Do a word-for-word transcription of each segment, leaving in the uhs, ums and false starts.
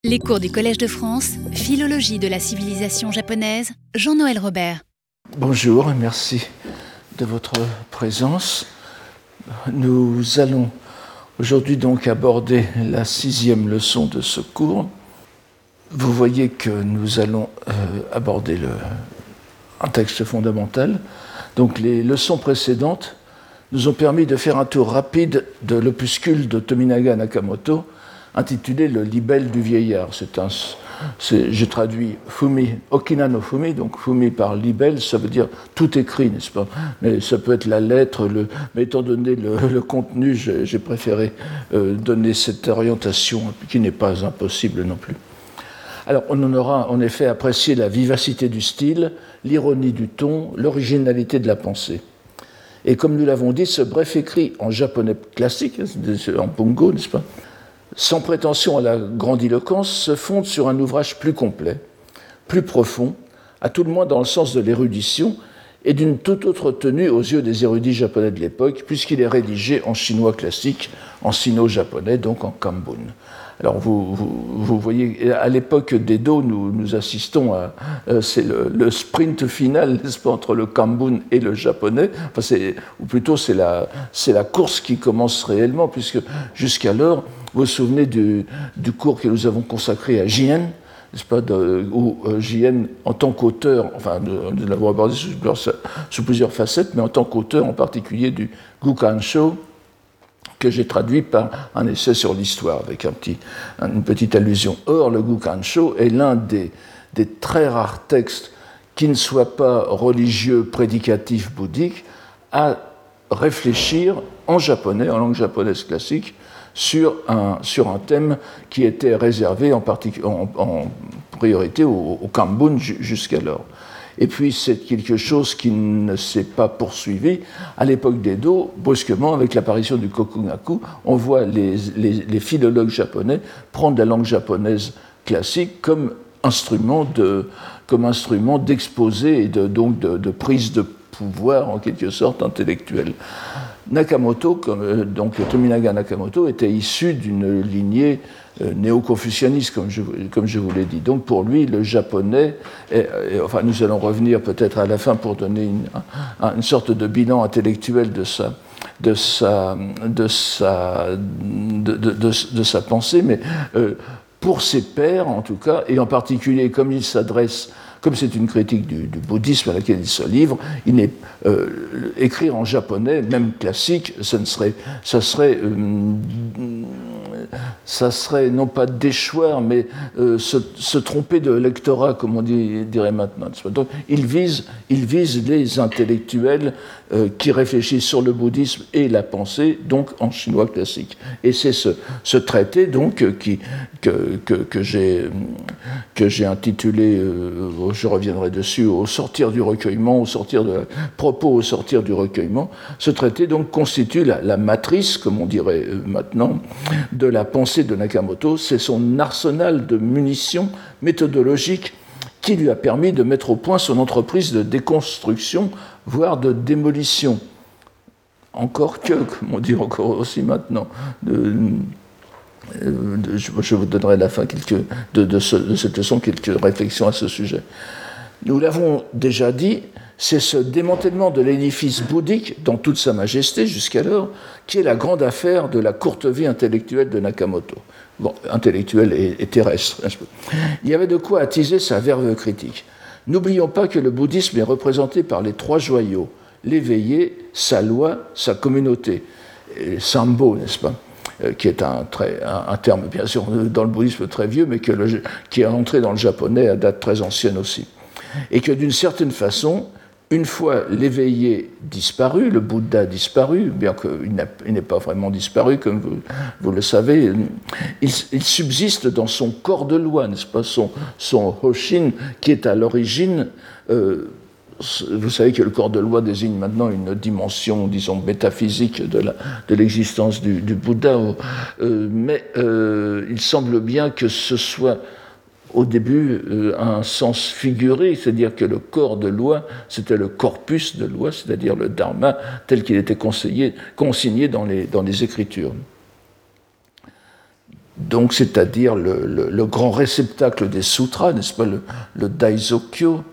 Les cours du Collège de France, Philologie de la civilisation japonaise, Jean-Noël Robert. Bonjour et merci de votre présence. Nous allons aujourd'hui donc aborder la sixième leçon de ce cours. Vous voyez que nous allons euh, aborder le, un texte fondamental. Donc les leçons précédentes nous ont permis de faire un tour rapide de l'opuscule de Tominaga Nakamoto, intitulé Le libelle du vieillard. C'est un, c'est, j'ai traduit Fumi, Okina no Fumi, donc Fumi par libelle, ça veut dire tout écrit, n'est-ce pas? Mais ça peut être la lettre, le, mais étant donné le, le contenu, j'ai, j'ai préféré euh, donner cette orientation qui n'est pas impossible non plus. Alors, on en aura en effet apprécié la vivacité du style, l'ironie du ton, l'originalité de la pensée. Et comme nous l'avons dit, ce bref écrit en japonais classique, en bungo, n'est-ce pas, sans prétention à la grandiloquence, se fonde sur un ouvrage plus complet, plus profond, à tout le moins dans le sens de l'érudition, et d'une toute autre tenue aux yeux des érudits japonais de l'époque, puisqu'il est rédigé en chinois classique, en sino-japonais, donc en kambun. Alors vous, vous, vous voyez, à l'époque d'Edo, nous, nous assistons à, euh, c'est le, le sprint final, n'est-ce pas, entre le kambun et le japonais, enfin c'est, ou plutôt c'est la, c'est la course qui commence réellement, puisque jusqu'alors, vous vous souvenez du, du cours que nous avons consacré à Jien, n'est-ce pas, de, où euh, Jien, en tant qu'auteur, enfin nous, nous l'avons abordé sous, sous plusieurs facettes, mais en tant qu'auteur en particulier du Gukansho, que j'ai traduit par un essai sur l'histoire, avec un petit, une petite allusion. Or, le Gukansho est l'un des, des très rares textes qui ne soit pas religieux, prédicatif, bouddhique, à réfléchir en japonais, en langue japonaise classique, sur un, sur un thème qui était réservé en, partic- en, en priorité au, au kambun jusqu'alors. Et puis c'est quelque chose qui ne s'est pas poursuivi. À l'époque d'Edo, brusquement, avec l'apparition du kokugaku, on voit les, les, les philologues japonais prendre la langue japonaise classique comme instrument, de, comme instrument d'exposé et de, donc de, de prise de pouvoir, en quelque sorte, intellectuel. Nakamoto, comme, donc Tominaga Nakamoto, était issu d'une lignée euh, néo-confucianiste, comme je, comme je vous l'ai dit. Donc pour lui, le japonais, est, et, enfin nous allons revenir peut-être à la fin pour donner une, un, une sorte de bilan intellectuel de sa, de sa, de sa, de, de, de, de sa pensée, mais euh, pour ses pairs en tout cas, et en particulier comme il s'adresse, comme c'est une critique du, du bouddhisme à laquelle il se livre, il n'est, euh, écrire en japonais, même classique, ça, ne serait, ça, serait, euh, ça serait non pas déchoir, mais euh, se, se tromper de lectorat, comme on dit, dirait maintenant. Donc il vise, il vise les intellectuels euh, qui réfléchissent sur le bouddhisme et la pensée, donc en chinois classique. Et c'est ce, ce traité donc qui, que, que, que, j'ai, que j'ai intitulé... Euh, je reviendrai dessus, au sortir du recueillement, au sortir de propos au sortir du recueillement. Ce traité donc constitue la, la matrice, comme on dirait maintenant, de la pensée de Nakamoto. C'est son arsenal de munitions méthodologiques qui lui a permis de mettre au point son entreprise de déconstruction, voire de démolition. Encore que, comme on dit encore aussi maintenant, de, Je vous donnerai à la fin quelques, de, de, ce, de cette leçon quelques réflexions à ce sujet. Nous l'avons déjà dit, c'est ce démantèlement de l'édifice bouddhique dans toute sa majesté jusqu'alors qui est la grande affaire de la courte vie intellectuelle de Nakamoto. Bon, intellectuelle et, et terrestre. Il y avait de quoi attiser sa verve critique. N'oublions pas que le bouddhisme est représenté par les trois joyaux, l'éveillé, sa loi, sa communauté. Et Sambo, n'est-ce pas ? Qui est un, très, un, un terme, bien sûr, dans le bouddhisme très vieux, mais que le, qui est entré dans le japonais à date très ancienne aussi. Et que d'une certaine façon, une fois l'éveillé disparu, le Bouddha disparu, bien qu'il n'est pas vraiment disparu, comme vous, vous le savez, il, il subsiste dans son corps de loi, n'est-ce pas, son, son Hoshin, qui est à l'origine... Euh, Vous savez que le corps de loi désigne maintenant une dimension, disons, métaphysique de, la, de l'existence du, du Bouddha, euh, mais euh, il semble bien que ce soit au début euh, un sens figuré, c'est-à-dire que le corps de loi, c'était le corpus de loi, c'est-à-dire le dharma tel qu'il était conseillé, consigné dans les, dans les Écritures. donc c'est-à-dire le, le, le grand réceptacle des sutras, n'est-ce pas, le, le Daisokyo.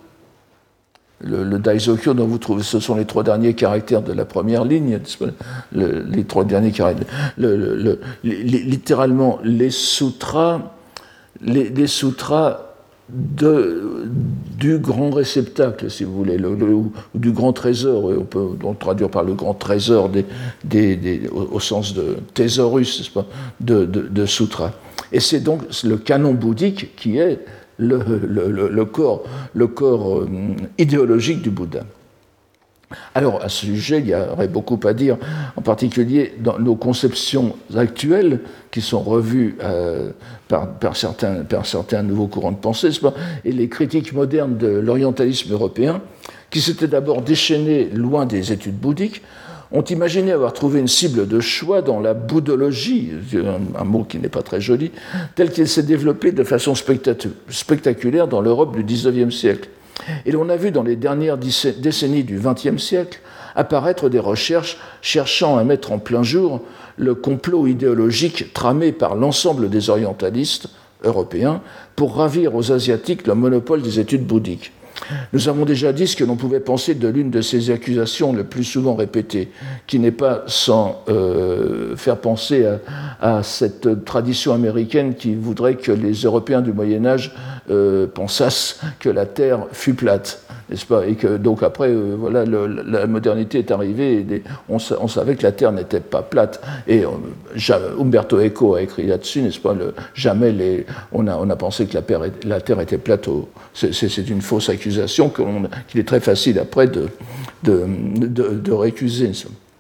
Le, le Daisokyo dont vous trouvez, ce sont les trois derniers caractères de la première ligne, n'est-ce pas, le, les trois derniers caractères. Le, le, le, les, littéralement, les sutras, les, les sutras de, du grand réceptacle, si vous voulez, le, le, ou du grand trésor, on peut donc traduire par le grand trésor des, des, des, au, au sens de thésaurus, n'est-ce pas, de, de, de sutras. Et c'est donc le canon bouddhique qui est le, le, le, le corps, le corps euh, idéologique du Bouddha. Alors, à ce sujet, il y aurait beaucoup à dire, en particulier dans nos conceptions actuelles, qui sont revues euh, par, par, certains, par certains nouveaux courants de pensée, et les critiques modernes de l'orientalisme européen, qui s'étaient d'abord déchaînés loin des études bouddhiques, ont imaginé avoir trouvé une cible de choix dans la bouddhologie, un, un mot qui n'est pas très joli, tel qu'il s'est développé de façon spectaculaire dans l'Europe du dix-neuvième siècle. Et l'on a vu dans les dernières décennies du vingtième siècle apparaître des recherches cherchant à mettre en plein jour le complot idéologique tramé par l'ensemble des orientalistes européens pour ravir aux Asiatiques le monopole des études bouddhiques. Nous avons déjà dit ce que l'on pouvait penser de l'une de ces accusations le plus souvent répétées, qui n'est pas sans euh, faire penser à, à cette tradition américaine qui voudrait que les Européens du Moyen-Âge euh, pensassent que la Terre fut plate, n'est-ce pas ? Et que donc après, euh, voilà, le, la modernité est arrivée, et les, on, on savait que la Terre n'était pas plate. Et euh, Umberto Eco a écrit là-dessus, n'est-ce pas ? le, Jamais les, on a, on a pensé que la, Terre, la Terre était plate. Au, c'est, c'est une fausse accusation qu'il est très facile après de, de, de, de récuser.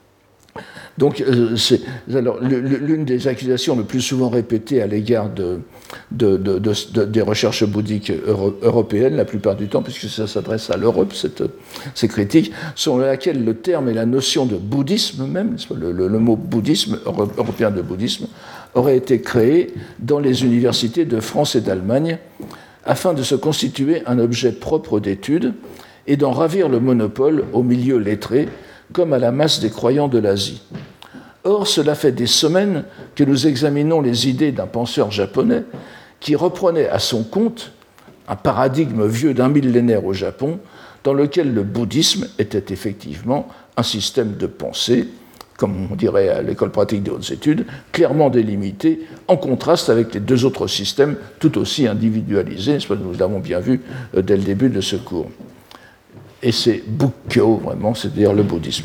Donc, euh, c'est, alors, l'une des accusations le plus souvent répétées à l'égard de, de, de, de, de, des recherches bouddhiques euro, européennes, la plupart du temps, puisque ça s'adresse à l'Europe, cette, ces critiques, selon laquelle le terme et la notion de bouddhisme même, le, le, le mot bouddhisme, européen de bouddhisme, aurait été créé dans les universités de France et d'Allemagne, afin de se constituer un objet propre d'étude et d'en ravir le monopole au milieu lettré, comme à la masse des croyants de l'Asie. Or, cela fait des semaines que nous examinons les idées d'un penseur japonais qui reprenait à son compte un paradigme vieux d'un millénaire au Japon, dans lequel le bouddhisme était effectivement un système de pensée, comme on dirait à l'école pratique des hautes études, clairement délimité, en contraste avec les deux autres systèmes tout aussi individualisés, nous l'avons bien vu dès le début de ce cours. Et c'est Bukkyo, vraiment, c'est-à-dire le bouddhisme.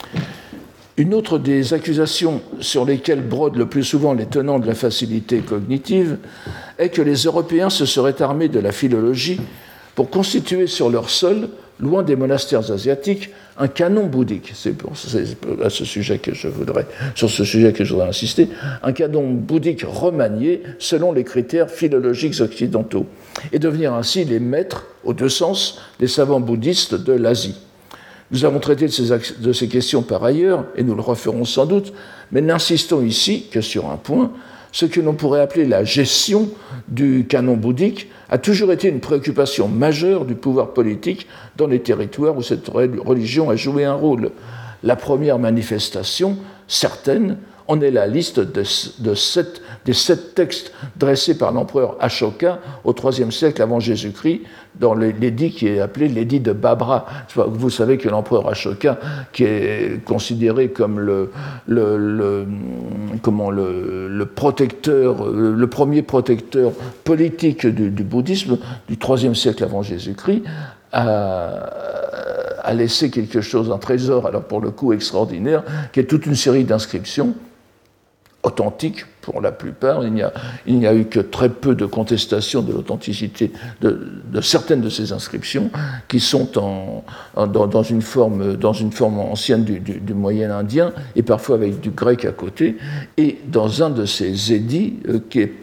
Une autre des accusations sur lesquelles brodent le plus souvent les tenants de la facilité cognitive est que les Européens se seraient armés de la philologie pour constituer sur leur sol, loin des monastères asiatiques, un canon bouddhique. C'est à ce sujet que je voudrais, sur ce sujet que je voudrais insister, un canon bouddhique remanié selon les critères philologiques occidentaux, et devenir ainsi les maîtres, aux deux sens, des savants bouddhistes de l'Asie. Nous avons traité de ces, de ces questions par ailleurs, et nous le referons sans doute, mais n'insistons ici que sur un point. Ce que l'on pourrait appeler la gestion du canon bouddhique a toujours été une préoccupation majeure du pouvoir politique dans les territoires où cette religion a joué un rôle. La première manifestation, certaine, en est la liste de, de sept, des sept textes dressés par l'empereur Ashoka au troisième siècle avant Jésus-Christ, dans l'édit qui est appelé l'édit de Babra. Vous savez que l'empereur Ashoka, qui est considéré comme le, le, le, comment, le, le protecteur, le premier protecteur politique du, du bouddhisme du troisième siècle avant Jésus-Christ, a, a laissé quelque chose, un trésor, alors pour le coup extraordinaire, qui est toute une série d'inscriptions authentiques pour la plupart. Il n'y a, il n'y a eu que très peu de contestation de l'authenticité de, de certaines de ces inscriptions qui sont en, en, dans, dans, une forme, dans une forme ancienne du, du, du Moyen-Indien et parfois avec du grec à côté, et dans un de ces édits euh, qui est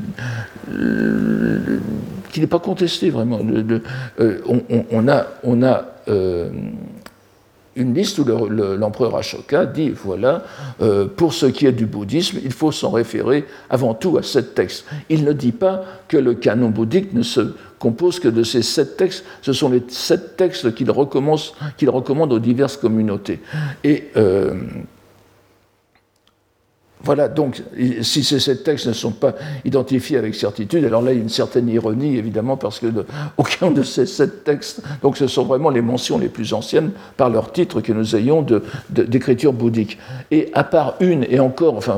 euh, qui n'est pas contesté vraiment. Le, le, euh, on, on, on a, on a euh, une liste où le, le, l'empereur Ashoka dit, voilà, euh, pour ce qui est du bouddhisme, il faut s'en référer avant tout à sept textes. Il ne dit pas que le canon bouddhique ne se compose que de ces sept textes, ce sont les sept textes qu'il recommande, qu'il recommande aux diverses communautés. Et euh, Voilà, donc, si ces sept textes ne sont pas identifiés avec certitude, alors là, il y a une certaine ironie, évidemment, parce que de, aucun de ces sept textes, donc ce sont vraiment les mentions les plus anciennes, par leur titre, que nous ayons de, de, d'écriture bouddhique. Et à part une, et encore, enfin,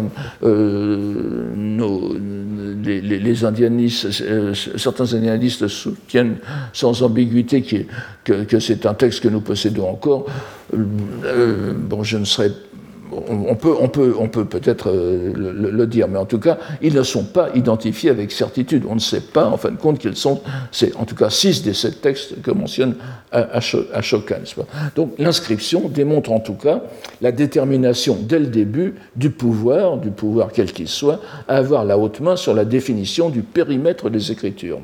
euh, nos, les, les, les indianistes, euh, certains indianistes soutiennent sans ambiguïté que, que, que c'est un texte que nous possédons encore. Euh, bon, je ne serais On peut, on peut, on peut peut-être le, le, le dire, mais en tout cas, ils ne sont pas identifiés avec certitude. On ne sait pas, en fin de compte, qu'ils sont, c'est en tout cas six des sept textes que mentionne Ashoka. Donc l'inscription démontre en tout cas la détermination dès le début du pouvoir, du pouvoir quel qu'il soit, à avoir la haute main sur la définition du périmètre des Écritures.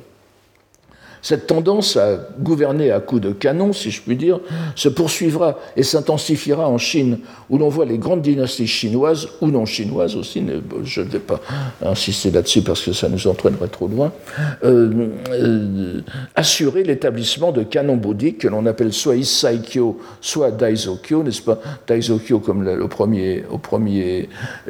Cette tendance à gouverner à coups de canon, si je puis dire, se poursuivra et s'intensifiera en Chine, où l'on voit les grandes dynasties chinoises, ou non chinoises aussi, je ne vais pas insister là-dessus parce que ça nous entraînerait trop loin, euh, euh, assurer l'établissement de canons bouddhiques que l'on appelle soit Issaikyo, soit Daizokyo, n'est-ce pas? Daizokyo comme le, au premier, au premier,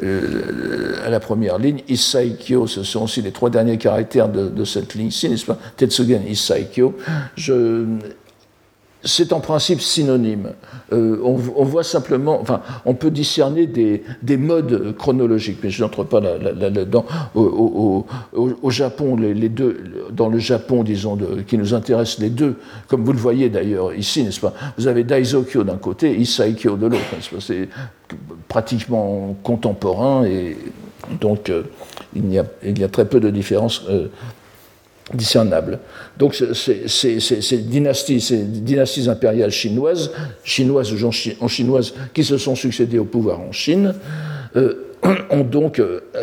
euh, à la première ligne, Issaikyo, ce sont aussi les trois derniers caractères de, de cette ligne-ci, n'est-ce pas? Tetsugen Issaikyo, je, c'est en principe synonyme. Euh, on, on voit simplement, enfin, on peut discerner des, des modes chronologiques, mais je n'entre pas là, là, là, là-dedans. Au, au, au, au Japon, les, les deux, dans le Japon, disons, de, qui nous intéresse, les deux, comme vous le voyez d'ailleurs ici, n'est-ce pas? Vous avez Daizokyo d'un côté, et Issaikyo de l'autre, n'est-ce pas? C'est pratiquement contemporain, et donc euh, il, y a, il y a très peu de différences euh, discernables. Donc ces, ces, ces, ces, dynasties, ces dynasties impériales chinoises, chinoises ou en chinoises, qui se sont succédées au pouvoir en Chine, euh, ont donc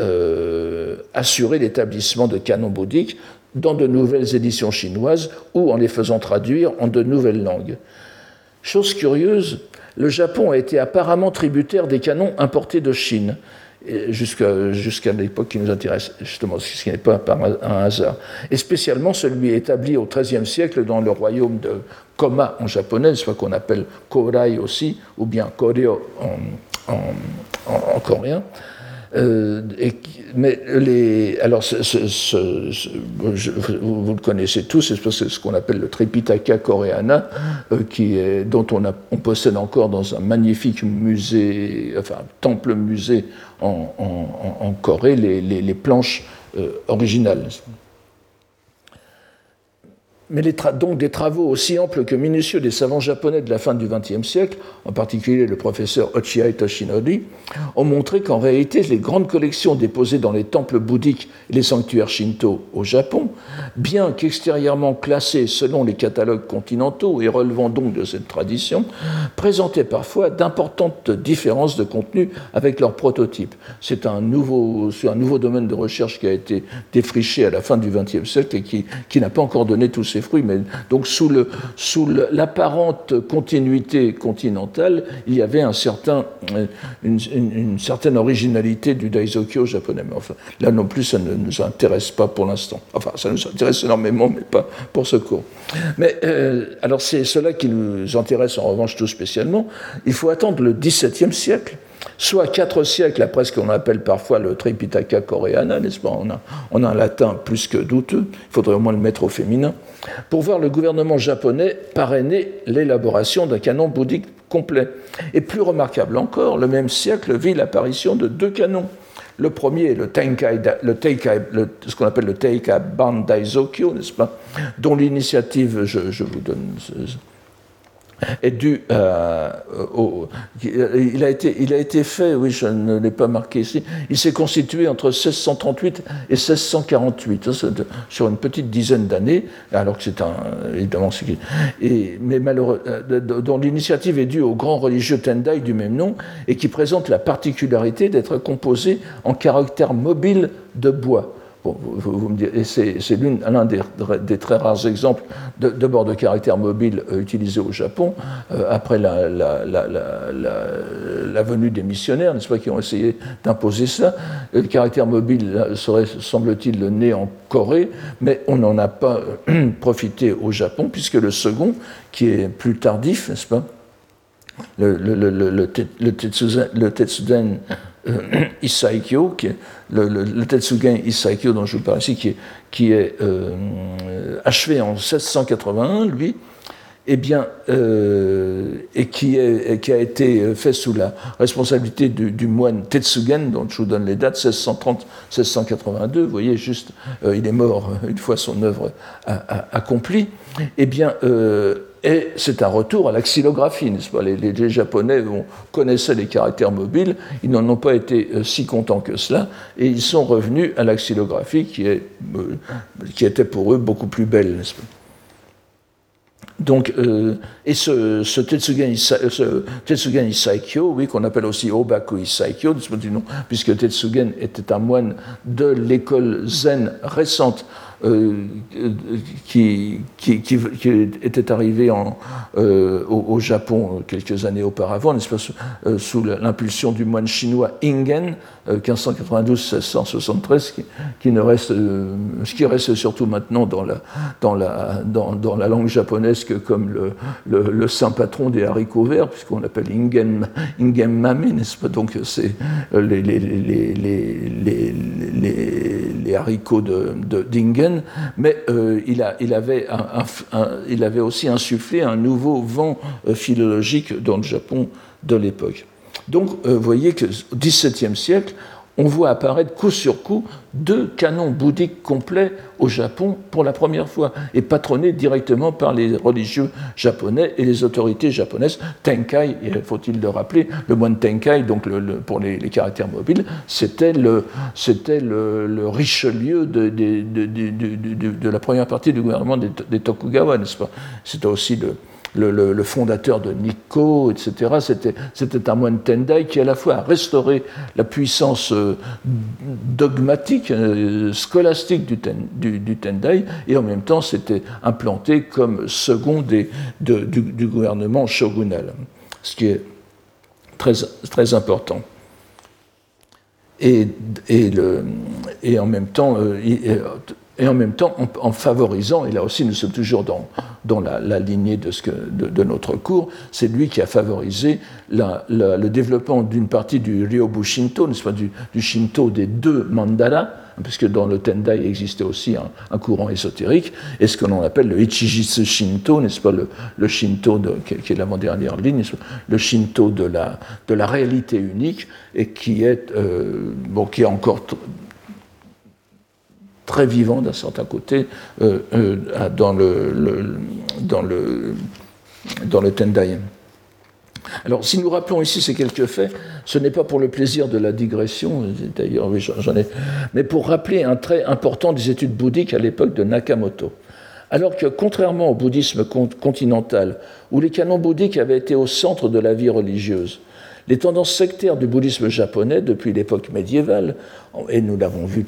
euh, assuré l'établissement de canons bouddhiques dans de nouvelles éditions chinoises ou en les faisant traduire en de nouvelles langues. Chose curieuse, le Japon a été apparemment tributaire des canons importés de Chine, jusqu'à, jusqu'à l'époque qui nous intéresse, justement, ce qui n'est pas par un hasard, et spécialement celui établi au treizième siècle dans le royaume de Koma en japonais, soit qu'on appelle Korai aussi, ou bien Koryo en, en, en, en coréen. Euh, et, mais les, alors, ce, ce, ce, ce, je, vous, vous le connaissez tous, c'est ce qu'on appelle le Tripitaka Koreana, euh, qui est, dont on, a, on possède encore dans un magnifique musée, enfin temple-musée en, en, en Corée, les, les, les planches euh, originales. Mais les tra- donc des travaux aussi amples que minutieux des savants japonais de la fin du vingtième siècle, en particulier le professeur Ochiai Toshinori, ont montré qu'en réalité, les grandes collections déposées dans les temples bouddhiques et les sanctuaires shinto au Japon, bien qu'extérieurement classées selon les catalogues continentaux et relevant donc de cette tradition, présentaient parfois d'importantes différences de contenu avec leurs prototypes. C'est un nouveau, c'est un nouveau domaine de recherche qui a été défriché à la fin du vingtième siècle et qui, qui n'a pas encore donné tous ses fruits, mais donc sous, le, sous le, l'apparente continuité continentale, il y avait un certain, une, une, une certaine originalité du Daizokyo japonais. Mais enfin, là non plus, ça ne nous intéresse pas pour l'instant. Enfin, ça nous intéresse énormément, mais pas pour ce cours. Mais euh, alors, c'est cela qui nous intéresse en revanche tout spécialement. Il faut attendre le dix-septième siècle, soit quatre siècles après ce qu'on appelle parfois le Tripitaka Koreana, n'est-ce pas? On a, on a un latin plus que douteux, il faudrait au moins le mettre au féminin, pour voir le gouvernement japonais parrainer l'élaboration d'un canon bouddhique complet. Et plus remarquable encore, le même siècle vit l'apparition de deux canons. Le premier, le Tenkai, le Teikai, le, ce qu'on appelle le Teikai Ban Daizokyo, n'est-ce pas, dont l'initiative, je, je vous donne... est dû euh, au, il a été il a été fait, oui, je ne l'ai pas marqué ici, il s'est constitué entre seize cent trente-huit et seize cent quarante-huit, hein, sur une petite dizaine d'années, alors que c'est un évidemment c'est, et, mais malheureux, dont l'initiative est due au grand religieux Tendai du même nom et qui présente la particularité d'être composé en caractère mobile de bois. Bon, vous, vous me direz, c'est, c'est l'une, l'un des, des très rares exemples de, d'abord de caractère mobile euh, utilisé au Japon, euh, après la, la, la, la, la, la venue des missionnaires, n'est-ce pas, qui ont essayé d'imposer ça. Le caractère mobile serait, semble-t-il, né en Corée, mais on n'en a pas euh, profité au Japon, puisque le second, qui est plus tardif, n'est-ce pas, le, le, le, le, le, le Tetsuden, le Tetsuden euh, Isaikyo, qui est le, le, le Tetsugen Isaikyo dont je vous parle ici, qui est, qui est euh, achevé en seize cent quatre-vingt-un, lui, eh bien, euh, et, qui est, et qui a été fait sous la responsabilité du, du moine Tetsugen, dont je vous donne les dates, seize cent trente à seize cent quatre-vingt-deux, vous voyez, juste, euh, il est mort une fois son œuvre a, a, accomplie, eh bien, euh, et c'est un retour à la xylographie, n'est-ce pas ? Les, les, les Japonais on, connaissaient les caractères mobiles, ils n'en ont pas été euh, si contents que cela, et ils sont revenus à la xylographie qui, est, euh, qui était pour eux beaucoup plus belle, n'est-ce pas ? Donc, euh, et ce, ce, Tetsugen, ce Tetsugen Isaikyo, oui, qu'on appelle aussi Obaku Isaikyo, du nom, puisque Tetsugen était un moine de l'école zen récente euh, qui, qui, qui, qui était arrivé en, euh, au, au Japon quelques années auparavant, n'est-ce pas, sous, euh, sous l'impulsion du moine chinois Ingen, euh, quinze cent quatre-vingt-douze à seize cent soixante-treize, qui, qui, ne reste, euh, qui reste surtout maintenant dans la, dans la, dans, dans la langue japonaise que comme le, le, le saint patron des haricots verts, puisqu'on l'appelle Ingen, Ingen Mame, n'est-ce pas? Donc c'est les, les, les, les, les, les, les haricots de, de, d'Ingen. Mais euh, il, a, il, avait un, un, un, il avait aussi insufflé un nouveau vent euh, philologique dans le Japon de l'époque. Donc, euh, vous voyez qu'au dix-septième siècle, on voit apparaître coup sur coup deux canons bouddhiques complets au Japon pour la première fois, et patronnés directement par les religieux japonais et les autorités japonaises. Tenkai, faut-il le rappeler, le moine Tenkai, donc le, le, pour les, les caractères mobiles, c'était le, c'était le, le Richelieu de, de, de, de, de, de, de la première partie du gouvernement des, des Tokugawa, n'est-ce pas? C'était aussi le... Le, le, le fondateur de Nikko, et cetera, c'était, c'était un moine Tendai qui à la fois a restauré la puissance euh, dogmatique, euh, scolastique du, ten, du, du Tendai, et en même temps s'était implanté comme second des, de, du, du gouvernement shogunal, ce qui est très, très important. Et, et, le, et en même temps, euh, et, et en même temps en, en favorisant, et là aussi nous sommes toujours dans, dans la, la lignée de, ce que, de, de notre cours, c'est lui qui a favorisé la, la, le développement d'une partie du Ryobu Shinto, n'est-ce pas, du, du Shinto des deux mandalas, puisque dans le Tendai existait aussi un, un courant ésotérique, et ce que l'on appelle le Ichijitsu Shinto, n'est-ce pas, le, le Shinto, de, qui est l'avant-dernière ligne, le Shinto de la, de la réalité unique, et qui est, euh, bon, qui est encore t- très vivant d'un certain côté euh, euh, dans, le, le, dans, le, dans le Tendai. Alors, si nous rappelons ici ces quelques faits, ce n'est pas pour le plaisir de la digression, d'ailleurs, oui, j'en ai, mais pour rappeler un trait important des études bouddhiques à l'époque de Nakamoto. Alors que, contrairement au bouddhisme continental, où les canons bouddhiques avaient été au centre de la vie religieuse, les tendances sectaires du bouddhisme japonais depuis l'époque médiévale, et nous l'avons vu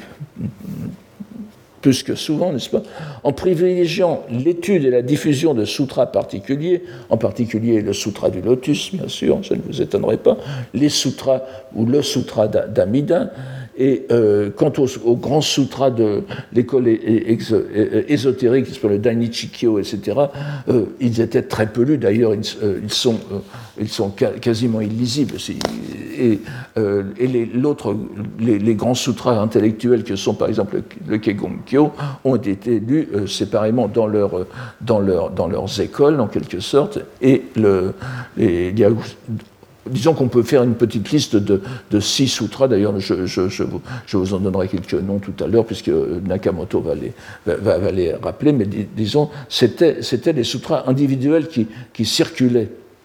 plus que souvent, n'est-ce pas, en privilégiant l'étude et la diffusion de sutras particuliers, en particulier le sutra du lotus, bien sûr, ça ne vous étonnerait pas, les sutras ou le sutra d'Amida, et euh, quant au, au grand sutra de l'école exo, ésotérique, le Dainichikyo, et cetera, euh, ils étaient très peu lus, d'ailleurs ils, euh, ils sont, euh, ils sont quasiment illisibles. Et, euh, et les, l'autre, les, les grands sutras intellectuels que sont par exemple le, le Kegongkyo ont été lus euh, séparément dans, leur, dans, leur, dans leurs écoles, en quelque sorte, et le, les, il y a disons qu'on peut faire une petite liste de, de six sutras, d'ailleurs je, je, je, vous, je vous en donnerai quelques noms tout à l'heure, puisque Nakamoto va les, va, va les rappeler, mais dis, disons, c'était, c'était les sutras individuels qui, qui circulaient.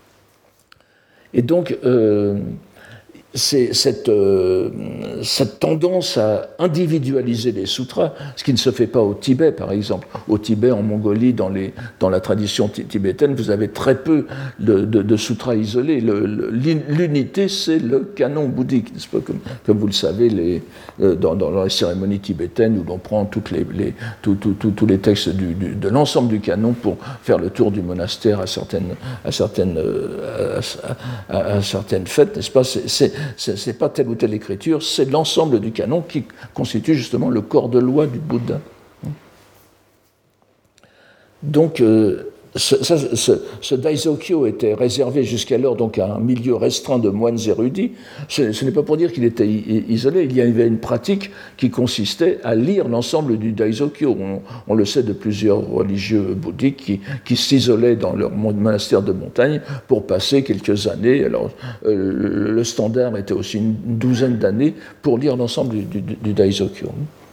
Et donc, euh, c'est cette, euh, cette tendance à individualiser les sutras, ce qui ne se fait pas au Tibet, par exemple. Au Tibet, en Mongolie, dans, les, dans la tradition tibétaine, vous avez très peu de, de, de sutras isolés. Le, le, l'unité, c'est le canon bouddhique, n'est-ce pas, comme, comme vous le savez, les, euh, dans, dans les cérémonies tibétaines, où l'on prend toutes les, les, tout, tout, tout, tous les textes du, du, de l'ensemble du canon pour faire le tour du monastère à certaines, à certaines, à, à, à certaines fêtes, n'est-ce pas, c'est, c'est, Ce n'est pas telle ou telle écriture, c'est l'ensemble du canon qui constitue justement le corps de loi du Bouddha. Donc, euh, ce, ça, ce, ce Daisokyo était réservé jusqu'alors donc à un milieu restreint de moines érudits. Ce, ce n'est pas pour dire qu'il était isolé, il y avait une pratique qui consistait à lire l'ensemble du Daisokyo. On, on le sait de plusieurs religieux bouddhiques qui, qui s'isolaient dans leur monastère de montagne pour passer quelques années. Alors, euh, le standard était aussi une douzaine d'années pour lire l'ensemble du, du, du Daisokyo.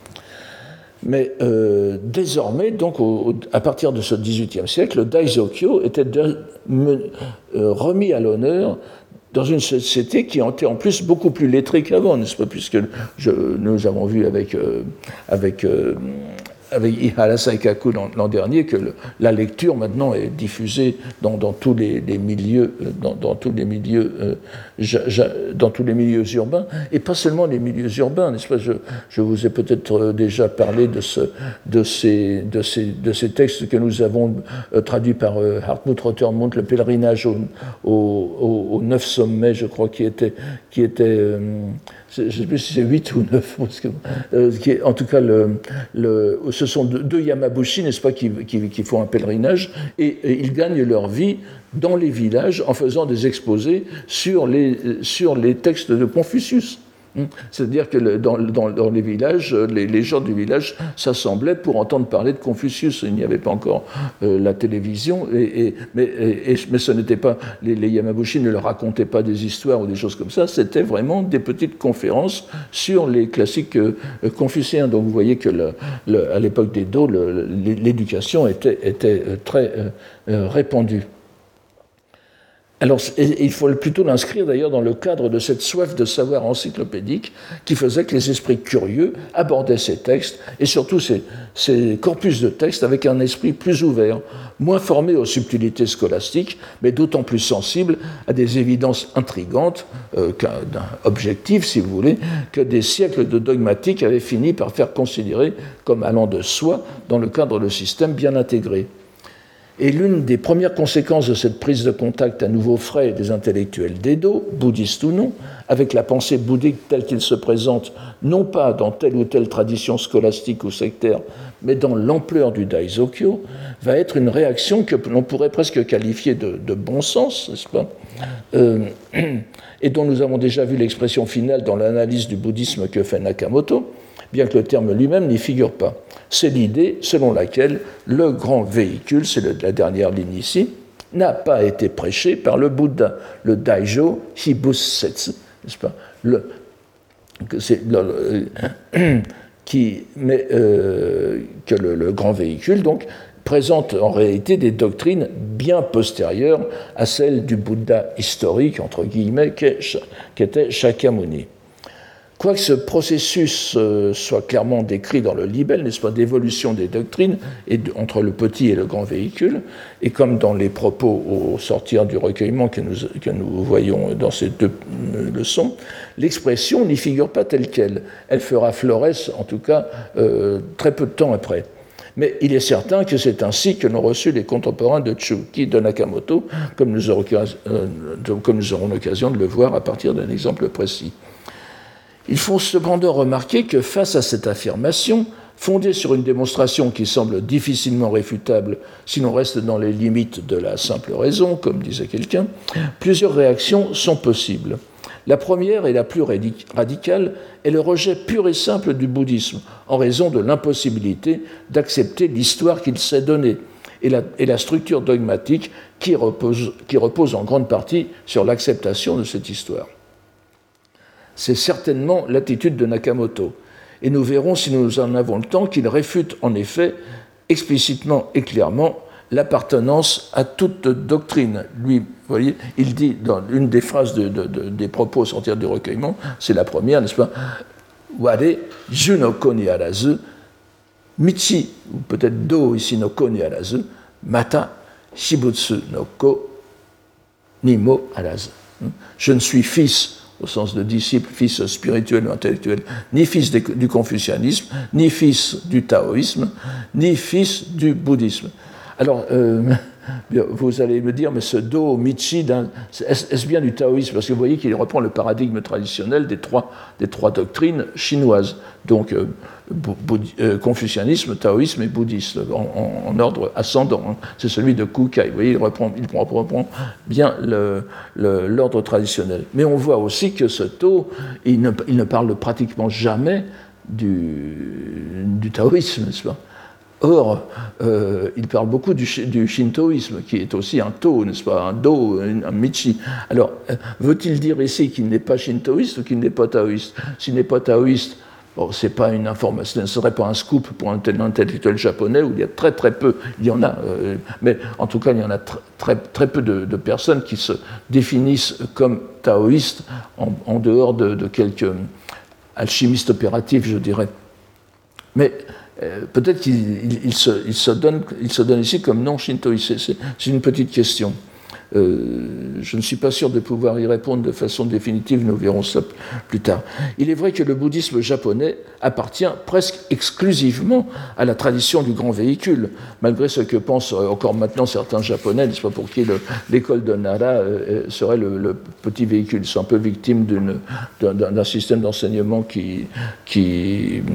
Mais euh, désormais, donc, au, à partir de ce dix-huitième siècle, le Daisokyo était de, me, euh, remis à l'honneur dans une société qui était en plus beaucoup plus lettrée qu'avant, n'est-ce pas, puisque je, nous avons vu avec, euh, avec, euh, avec Ihara Saikaku l'an dernier que le, la lecture maintenant est diffusée dans, dans tous les, les milieux, dans, dans tous les milieux, euh, ja, ja, dans tous les milieux urbains, et pas seulement les milieux urbains, n'est-ce pas. Je, je vous ai peut-être déjà parlé de, ce, de, ces, de, ces, de ces textes que nous avons euh, traduits par euh, Hartmut Rotermund, le pèlerinage au, au, au, aux neuf sommets, je crois, qui était, qui était euh, je ne sais plus si c'est huit ou neuf, parce que, euh, qui est, en tout cas, le, le, ce sont deux, deux Yamabushi, n'est-ce pas, qui, qui, qui font un pèlerinage, et, et ils gagnent leur vie dans les villages en faisant des exposés sur les, sur les textes de Confucius. C'est-à-dire que le, dans, dans, dans les villages, les, les gens du village s'assemblaient pour entendre parler de Confucius. Il n'y avait pas encore euh, la télévision, et, et, mais, et, mais ce n'était pas, les, les Yamabushi ne leur racontaient pas des histoires ou des choses comme ça, c'était vraiment des petites conférences sur les classiques euh, confucéens. Donc vous voyez que le, le, à l'époque d'Edo, l'éducation était, était très euh, répandue. Alors, il faut plutôt l'inscrire d'ailleurs dans le cadre de cette soif de savoir encyclopédique qui faisait que les esprits curieux abordaient ces textes, et surtout ces, ces corpus de textes, avec un esprit plus ouvert, moins formé aux subtilités scolastiques, mais d'autant plus sensible à des évidences intrigantes, euh, objectives si vous voulez, que des siècles de dogmatique avaient fini par faire considérer comme allant de soi dans le cadre de systèmes bien intégrés. Et l'une des premières conséquences de cette prise de contact à nouveau frais des intellectuels d'Edo, bouddhistes ou non, avec la pensée bouddhique telle qu'il se présente, non pas dans telle ou telle tradition scolastique ou sectaire, mais dans l'ampleur du Daisokyo, va être une réaction que l'on pourrait presque qualifier de, de bon sens, n'est-ce pas, euh, et dont nous avons déjà vu l'expression finale dans l'analyse du bouddhisme que fait Nakamoto, bien que le terme lui-même n'y figure pas. C'est l'idée selon laquelle le grand véhicule, c'est la dernière ligne ici, n'a pas été prêché par le Bouddha, le Daijo Hibussetsu, n'est-ce pas, le, c'est le, le, qui, mais, euh, que le, le grand véhicule, donc, présente en réalité des doctrines bien postérieures à celles du Bouddha historique, entre guillemets, qui était Shakyamuni. Quoique ce processus euh, soit clairement décrit dans le libelle, n'est-ce pas, d'évolution des doctrines et de, entre le petit et le grand véhicule, et comme dans les propos au sortir du recueillement que nous, que nous voyons dans ces deux euh, leçons, l'expression n'y figure pas telle qu'elle. Elle fera florès, en tout cas, euh, très peu de temps après. Mais il est certain que c'est ainsi que l'ont reçu les contemporains de Chuki, de Nakamoto, comme nous aurons, euh, comme nous aurons l'occasion de le voir à partir d'un exemple précis. Il faut cependant remarquer que face à cette affirmation, fondée sur une démonstration qui semble difficilement réfutable si l'on reste dans les limites de la simple raison, comme disait quelqu'un, plusieurs réactions sont possibles. La première et la plus radicale est le rejet pur et simple du bouddhisme, en raison de l'impossibilité d'accepter l'histoire qu'il s'est donnée et la, et la structure dogmatique qui repose, qui repose en grande partie sur l'acceptation de cette histoire. C'est certainement l'attitude de Nakamoto. Et nous verrons, si nous en avons le temps, qu'il réfute en effet explicitement et clairement l'appartenance à toute doctrine. Lui, vous voyez, il dit dans une des phrases de, de, de, des propos sortir du recueillement, c'est la première, n'est-ce pas, Ware, ju no ko ni arazu, michi, ou peut-être do ici no ko ni arazu, mata, shibutsu no ko ni mo arazu. Je ne suis fils, au sens de disciple, fils spirituel ou intellectuel, ni fils du confucianisme, ni fils du taoïsme, ni fils du bouddhisme. Alors, euh, vous allez me dire, mais ce Do Michi, est-ce bien du taoïsme? Parce que vous voyez qu'il reprend le paradigme traditionnel des trois, des trois doctrines chinoises, donc euh, euh, confucianisme, taoïsme et bouddhisme, en, en, en ordre ascendant. Hein. C'est celui de Kukai. Vous voyez, il reprend, il reprend bien le, le, l'ordre traditionnel. Mais on voit aussi que ce Do, il ne, il ne parle pratiquement jamais du, du taoïsme, n'est-ce pas? Or, euh, il parle beaucoup du, du shintoïsme, qui est aussi un to, n'est-ce pas, un do, un michi. Alors, veut-il dire ici qu'il n'est pas shintoïste ou qu'il n'est pas taoïste? S'il n'est pas taoïste, bon, c'est pas une information, ce ne serait pas un scoop pour un intellectuel japonais où il y a très très peu, il y en a, euh, mais en tout cas, il y en a tr très, très peu de, de personnes qui se définissent comme taoïstes en, en dehors de, de quelques alchimistes opératifs, je dirais. Mais Euh, peut-être qu'il il, il se, il se, donne, il se donne ici comme non shintoïste. C'est une petite question. Euh, je ne suis pas sûr de pouvoir y répondre de façon définitive, nous verrons ça plus tard. Il est vrai que le bouddhisme japonais appartient presque exclusivement à la tradition du grand véhicule, malgré ce que pensent encore maintenant certains japonais, n'est-ce pas, pour qui l'école de Nara euh, serait le, le petit véhicule. Ils sont un peu victimes d'un système d'enseignement qui, qui,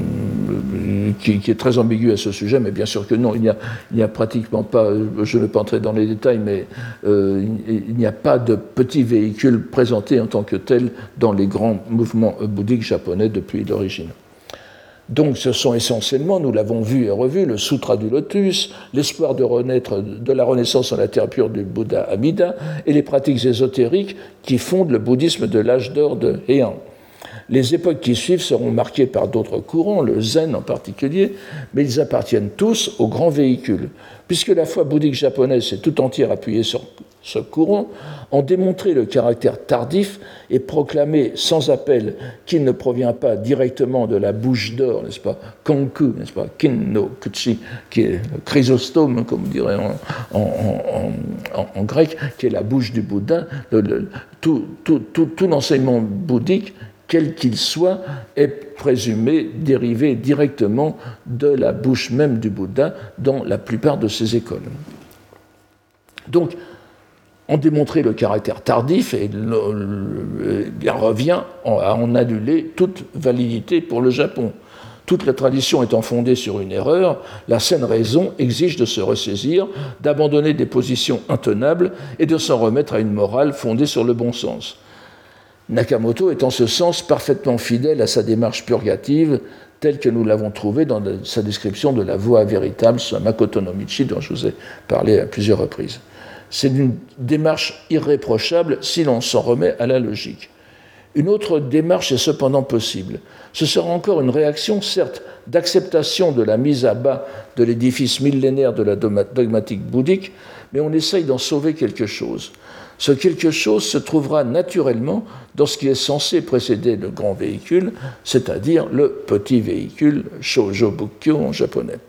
qui, qui est très ambigu à ce sujet, mais bien sûr que non, il n'y a, il n'y a pratiquement pas, je ne vais pas entrer dans les détails, mais euh, il n'y a pas de petit véhicule présenté en tant que tel dans les grands mouvements bouddhiques japonais depuis l'origine. Donc ce sont essentiellement, nous l'avons vu et revu, le Sutra du Lotus, l'espoir de renaître de la renaissance en la terre pure du Bouddha Amida et les pratiques ésotériques qui fondent le bouddhisme de l'âge d'or de Heian. Les époques qui suivent seront marquées par d'autres courants, le zen en particulier, mais ils appartiennent tous au grand véhicule. Puisque la foi bouddhique japonaise s'est tout entière appuyée sur ce courant, en démontrer le caractère tardif et proclamer sans appel qu'il ne provient pas directement de la bouche d'or, n'est-ce pas, Kanku, n'est-ce pas, Kin no Kuchi, qui est chrysostome, comme on dirait en, en, en, en, en grec, qui est la bouche du Bouddha, le, le, tout, tout, tout, tout l'enseignement bouddhique, quel qu'il soit, est présumé dériver directement de la bouche même du Bouddha dans la plupart de ses écoles. Donc, en démontrer le caractère tardif, et le, le, il revient à en annuler toute validité pour le Japon. Toute la tradition étant fondée sur une erreur, la saine raison exige de se ressaisir, d'abandonner des positions intenables et de s'en remettre à une morale fondée sur le bon sens. Nakamoto est en ce sens parfaitement fidèle à sa démarche purgative, telle que nous l'avons trouvée dans sa description de la voie véritable, sa Makoto no Michi, dont je vous ai parlé à plusieurs reprises. C'est une démarche irréprochable si l'on s'en remet à la logique. Une autre démarche est cependant possible. Ce sera encore une réaction, certes, d'acceptation de la mise à bas de l'édifice millénaire de la dogmatique bouddhique, mais on essaye d'en sauver quelque chose. Ce quelque chose se trouvera naturellement dans ce qui est censé précéder le grand véhicule, c'est-à-dire le petit véhicule Shoujo Bukkyo en japonais.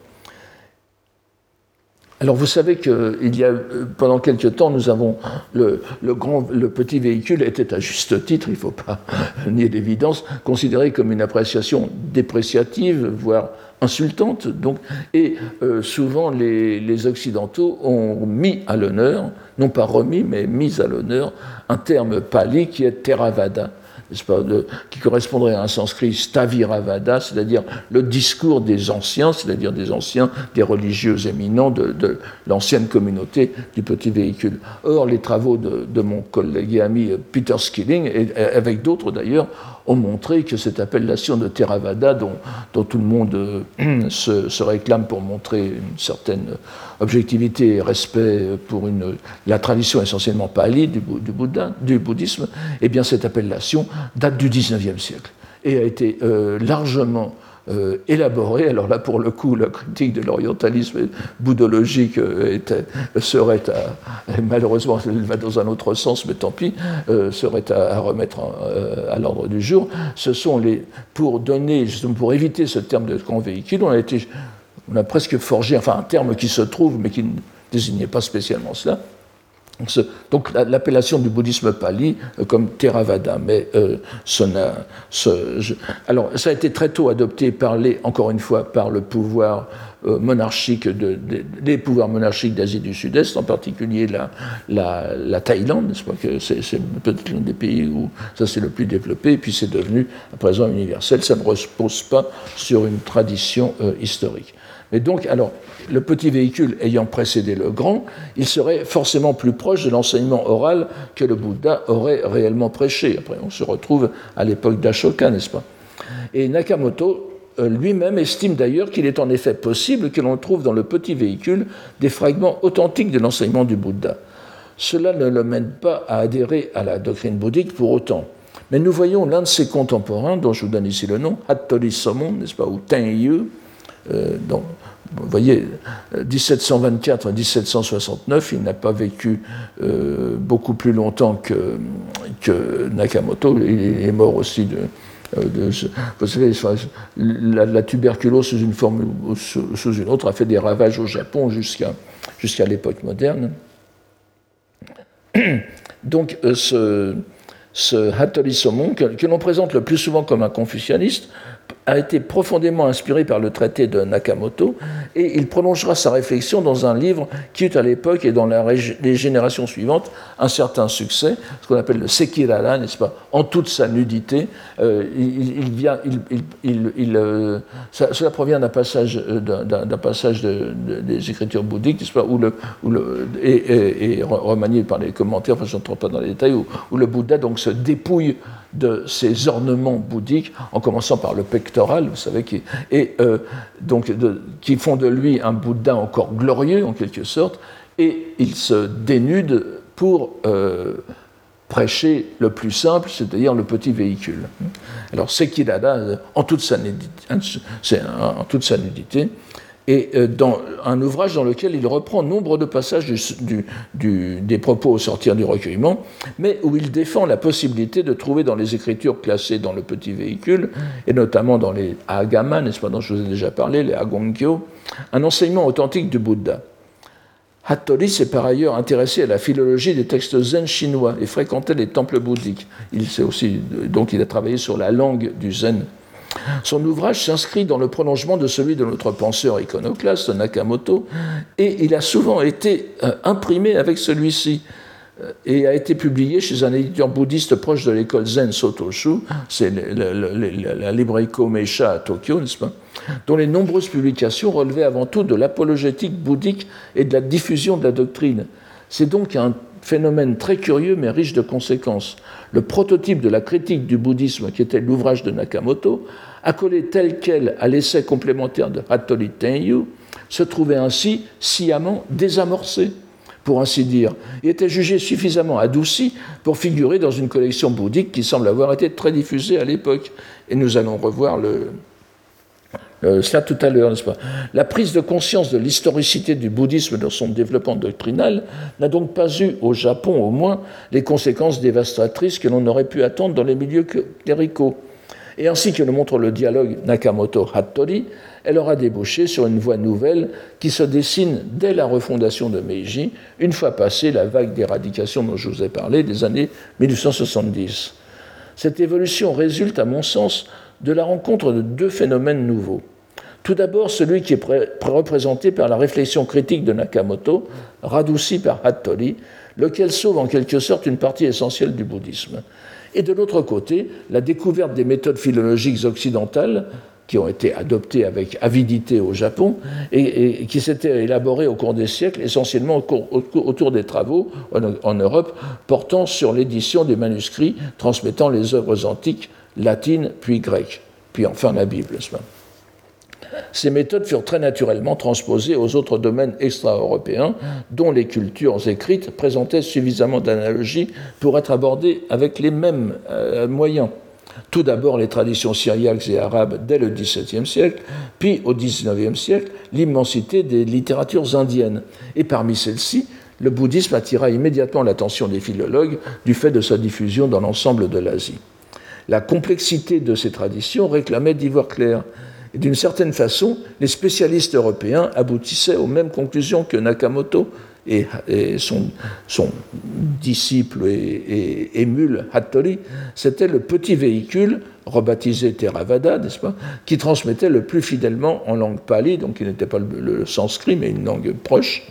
Alors vous savez qu'il y a, pendant quelque temps, nous avons le, le, grand, le petit véhicule était à juste titre, il ne faut pas nier l'évidence, considéré comme une appréciation dépréciative, voire insultante. Donc, et euh, souvent les, les Occidentaux ont mis à l'honneur, non pas remis, mais mis à l'honneur, un terme pali qui est Theravada, n'est-ce pas, de, qui correspondrait à un sanskrit Staviravada, c'est-à-dire le discours des anciens, c'est-à-dire des anciens, des religieux éminents de, de l'ancienne communauté du petit véhicule. Or, les travaux de, de mon collègue et ami Peter Skilling, et avec d'autres d'ailleurs, ont montré que cette appellation de Theravada, dont, dont tout le monde euh, se, se réclame pour montrer une certaine objectivité et respect pour une, la tradition essentiellement pali du, du, Bouddha, du bouddhisme, eh bien cette appellation date du dix-neuvième siècle et a été euh, largement euh, élaborée. Alors là, pour le coup, la critique de l'orientalisme bouddhologique euh, était, serait, à, malheureusement, elle va dans un autre sens, mais tant pis, euh, serait à, à remettre en, euh, à l'ordre du jour. Ce sont les, pour donner, justement, pour éviter ce terme de grand véhicule, on a été, on a presque forgé, enfin un terme qui se trouve, mais qui ne désignait pas spécialement cela. Donc l'appellation du bouddhisme pali comme Theravada, mais euh, ce ce, je, alors ça a été très tôt adopté par les, encore une fois, par le pouvoir euh, monarchiques, de, de, des pouvoirs monarchiques d'Asie du Sud-Est, en particulier la, la, la Thaïlande, n'est-ce pas, que c'est, c'est peut-être l'un des pays où ça c'est le plus développé, et puis c'est devenu à présent universel. Ça ne repose pas sur une tradition euh, historique. Mais donc, alors, le petit véhicule ayant précédé le grand, il serait forcément plus proche de l'enseignement oral que le Bouddha aurait réellement prêché. Après, on se retrouve à l'époque d'Ashoka, n'est-ce pas? Et Nakamoto euh, lui-même estime d'ailleurs qu'il est en effet possible que l'on trouve dans le petit véhicule des fragments authentiques de l'enseignement du Bouddha. Cela ne le mène pas à adhérer à la doctrine bouddhique pour autant. Mais nous voyons l'un de ses contemporains, dont je vous donne ici le nom, Hattori Somon, n'est-ce pas, ou Tenyu, euh, dont, vous voyez, dix-sept cent vingt-quatre à dix-sept cent soixante-neuf, il n'a pas vécu euh, beaucoup plus longtemps que, que Nakamoto, il est mort aussi de... De, vous savez, la, la tuberculose sous une forme ou sous, sous une autre a fait des ravages au Japon jusqu'à, jusqu'à l'époque moderne. Donc, euh, ce, ce Hattori Somon, que, que l'on présente le plus souvent comme un confucianiste, a été profondément inspiré par le traité de Nakamoto, et il prolongera sa réflexion dans un livre qui eut à l'époque et dans la, les générations suivantes un certain succès, ce qu'on appelle le Sekirara, n'est-ce pas, en toute sa nudité. Euh, il, il vient, il, il, il, il, euh, ça, cela provient d'un passage, d'un, d'un passage de, de, des écritures bouddhiques, n'est-ce pas, où le, où le, et, et, et remanié par les commentaires, enfin je ne rentre pas dans les détails, où, où le Bouddha donc se dépouille de ces ornements bouddhiques, en commençant par le pectoral, vous savez, qui, et euh, donc de, qui font de lui un Bouddha encore glorieux, en quelque sorte, et il se dénude pour euh, prêcher le plus simple, c'est-à-dire le petit véhicule. Alors, Sekirara, en toute sa nudité, c'est en toute sa nudité, et dans un ouvrage dans lequel il reprend nombre de passages du, du, du, des propos au sortir du recueillement, mais où il défend la possibilité de trouver dans les écritures classées dans le petit véhicule, et notamment dans les Agama, n'est-ce pas, dont je vous ai déjà parlé, les Agonkyo, un enseignement authentique du Bouddha. Hattori s'est par ailleurs intéressé à la philologie des textes zen chinois et fréquentait les temples bouddhiques. Il s'est aussi, donc il a travaillé sur la langue du zen. Son ouvrage s'inscrit dans le prolongement de celui de notre penseur iconoclaste, Nakamoto, et il a souvent été euh, imprimé avec celui-ci euh, et a été publié chez un éditeur bouddhiste proche de l'école Zen Sotoshu, c'est le, le, le, la librairie Komeisha à Tokyo, n'est-ce pas, dont les nombreuses publications relevaient avant tout de l'apologétique bouddhique et de la diffusion de la doctrine. C'est donc un phénomène très curieux mais riche de conséquences. Le prototype de la critique du bouddhisme, qui était l'ouvrage de Nakamoto, accolé tel quel à l'essai complémentaire de Hattori Tenyu, se trouvait ainsi sciemment désamorcé, pour ainsi dire. Il était jugé suffisamment adouci pour figurer dans une collection bouddhique qui semble avoir été très diffusée à l'époque. Et nous allons revoir le... Euh, cela tout à l'heure, n'est-ce pas? La prise de conscience de l'historicité du bouddhisme dans son développement doctrinal n'a donc pas eu, au Japon au moins, les conséquences dévastatrices que l'on aurait pu attendre dans les milieux cléricaux. Et ainsi que le montre le dialogue Nakamoto-Hattori, elle aura débouché sur une voie nouvelle qui se dessine dès la refondation de Meiji, une fois passée la vague d'éradication dont je vous ai parlé des années mille huit cent soixante-dix. Cette évolution résulte, à mon sens, de la rencontre de deux phénomènes nouveaux. Tout d'abord, celui qui est pré- représenté par la réflexion critique de Nakamoto, radouci par Hattori, lequel sauve en quelque sorte une partie essentielle du bouddhisme. Et de l'autre côté, la découverte des méthodes philologiques occidentales, qui ont été adoptées avec avidité au Japon, et, et qui s'étaient élaborées au cours des siècles, essentiellement au cours, au, autour des travaux en, en Europe, portant sur l'édition des manuscrits transmettant les œuvres antiques latine, puis grecque, puis enfin la Bible. Ces méthodes furent très naturellement transposées aux autres domaines extra-européens, dont les cultures écrites présentaient suffisamment d'analogies pour être abordées avec les mêmes euh, moyens. Tout d'abord les traditions syriaques et arabes dès le dix-septième siècle, puis au dix-neuvième siècle, l'immensité des littératures indiennes. Et parmi celles-ci, le bouddhisme attira immédiatement l'attention des philologues du fait de sa diffusion dans l'ensemble de l'Asie. La complexité de ces traditions réclamait d'y voir clair. Et d'une certaine façon, les spécialistes européens aboutissaient aux mêmes conclusions que Nakamoto et, et son, son disciple et, et émule Hattori. C'était le petit véhicule rebaptisé Theravada, n'est-ce pas, qui transmettait le plus fidèlement en langue pali, donc qui n'était pas le, le sanskrit, mais une langue proche,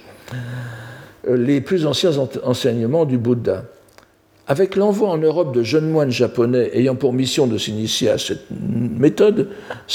les plus anciens enseignements du Bouddha. Avec l'envoi en Europe de jeunes moines japonais ayant pour mission de s'initier à cette méthode,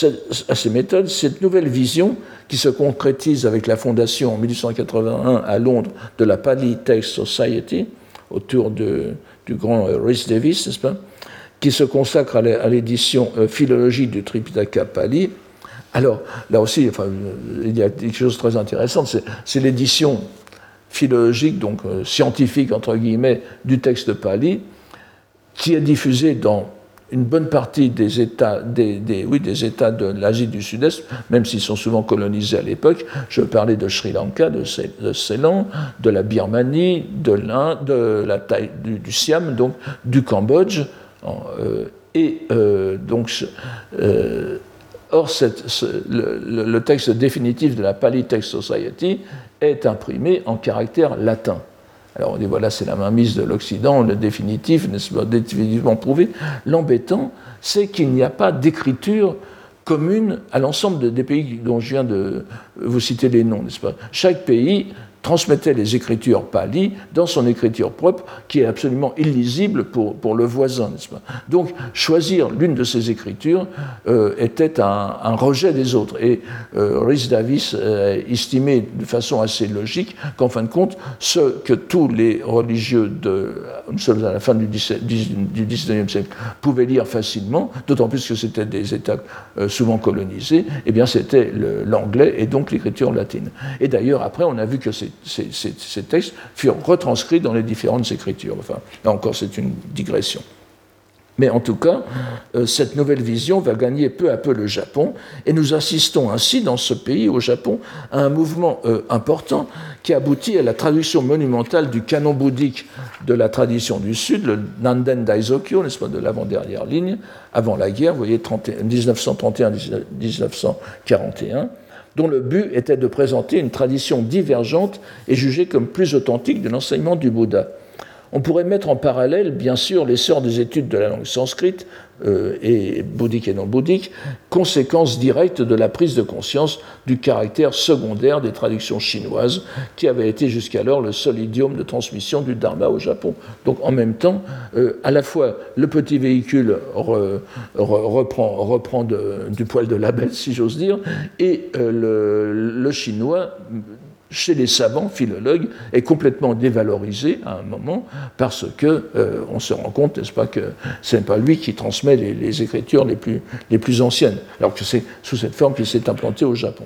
à ces méthodes, cette nouvelle vision qui se concrétise avec la fondation en mille huit cent quatre-vingt-un à Londres de la Pali Text Society, autour de, du grand Rhys Davis, n'est-ce pas, qui se consacre à l'édition philologique du Tripitaka Pali. Alors, là aussi, enfin, il y a quelque chose de très intéressant, c'est, c'est l'édition philologique, donc euh, scientifique, entre guillemets, du texte pali, qui est diffusé dans une bonne partie des États, des, des, oui, des États de l'Asie du Sud-Est, même s'ils sont souvent colonisés à l'époque. Je parlais de Sri Lanka, de, de Ceylan, de la Birmanie, de l'Inde, de la Thaï, du, du Siam, donc du Cambodge, euh, et euh, donc... Euh, Or, cette, ce, le, le texte définitif de la Pali Text Society est imprimé en caractère latin. Alors on dit, voilà, c'est la mainmise de l'Occident, le définitif, n'est-ce pas, définitivement prouvé. L'embêtant, c'est qu'il n'y a pas d'écriture commune à l'ensemble des pays dont je viens de vous citer les noms, n'est-ce pas. Chaque pays transmettait les écritures pali dans son écriture propre, qui est absolument illisible pour, pour le voisin, n'est-ce pas. Donc, choisir l'une de ces écritures euh, était un, un rejet des autres. Et euh, Rhys Davis euh, estimait de façon assez logique qu'en fin de compte, ce que tous les religieux, de, nous sommes à la fin du dix-neuvième siècle, pouvaient lire facilement, d'autant plus que c'était des États euh, souvent colonisés, eh bien c'était le, l'anglais et donc l'écriture latine. Et d'ailleurs, après, on a vu que ces Ces, ces, ces textes furent retranscrits dans les différentes écritures. Enfin, là encore, c'est une digression. Mais en tout cas, euh, cette nouvelle vision va gagner peu à peu le Japon, et nous assistons ainsi dans ce pays, au Japon, à un mouvement euh, important qui aboutit à la traduction monumentale du canon bouddhique de la tradition du Sud, le Nanden Daizokyo, n'est-ce pas, de l'avant-dernière ligne, avant la guerre, vous voyez, dix-neuf cent trente et un à dix-neuf cent quarante et un, dont le but était de présenter une tradition divergente et jugée comme plus authentique de l'enseignement du Bouddha. On pourrait mettre en parallèle, bien sûr, l'essor des études de la langue sanscrite, euh, et bouddhique et non bouddhique, conséquence directe de la prise de conscience du caractère secondaire des traductions chinoises, qui avaient été jusqu'alors le seul idiome de transmission du Dharma au Japon. Donc en même temps, euh, à la fois le petit véhicule re, re, reprend, reprend de, du poil de la bête, si j'ose dire, et euh, le, le chinois, chez les savants philologues, est complètement dévalorisé à un moment parce que euh, on se rend compte, n'est-ce pas, que ce n'est pas lui qui transmet les, les écritures les plus, les plus anciennes, alors que c'est sous cette forme qu'il s'est implanté au Japon.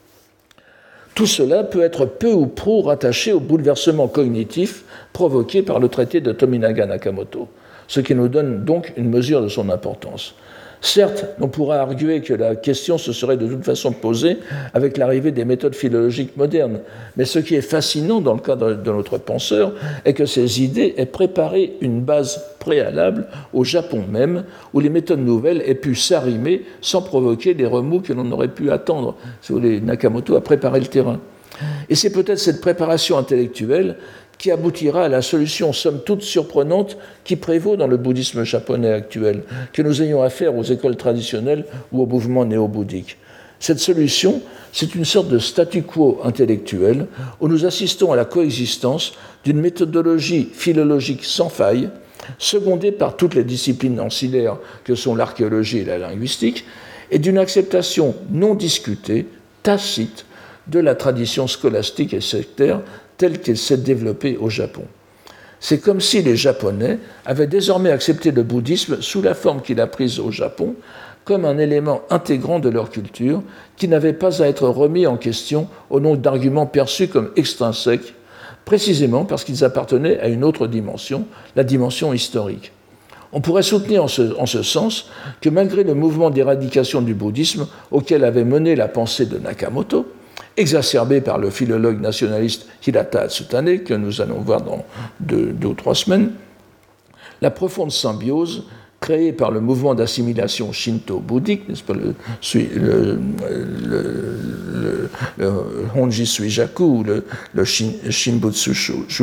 Tout cela peut être peu ou prou rattaché au bouleversement cognitif provoqué par le traité de Tominaga Nakamoto, ce qui nous donne donc une mesure de son importance. Certes, on pourra arguer que la question se serait de toute façon posée avec l'arrivée des méthodes philologiques modernes, mais ce qui est fascinant dans le cas de notre penseur est que ces idées aient préparé une base préalable au Japon même, où les méthodes nouvelles aient pu s'arrimer sans provoquer les remous que l'on aurait pu attendre. Si vous voulez, Nakamoto a préparé le terrain. Et c'est peut-être cette préparation intellectuelle qui aboutira à la solution somme toute surprenante qui prévaut dans le bouddhisme japonais actuel, que nous ayons affaire aux écoles traditionnelles ou au mouvement néo-bouddhique. Cette solution, c'est une sorte de statu quo intellectuel où nous assistons à la coexistence d'une méthodologie philologique sans faille, secondée par toutes les disciplines ancillaires que sont l'archéologie et la linguistique, et d'une acceptation non discutée, tacite, de la tradition scolastique et sectaire telle qu'elle s'est développée au Japon. C'est comme si les Japonais avaient désormais accepté le bouddhisme sous la forme qu'il a prise au Japon comme un élément intégrant de leur culture qui n'avait pas à être remis en question au nom d'arguments perçus comme extrinsèques, précisément parce qu'ils appartenaient à une autre dimension, la dimension historique. On pourrait soutenir en ce, en ce sens que malgré le mouvement d'éradication du bouddhisme auquel avait mené la pensée de Nakamoto, exacerbé par le philologue nationaliste Hirata Atsutane, que nous allons voir dans deux, deux ou trois semaines, la profonde symbiose créée par le mouvement d'assimilation shinto-bouddhique, n'est-ce pas, le, le, le, le, le Honji Suijaku ou le, le Shin, Shinbutsu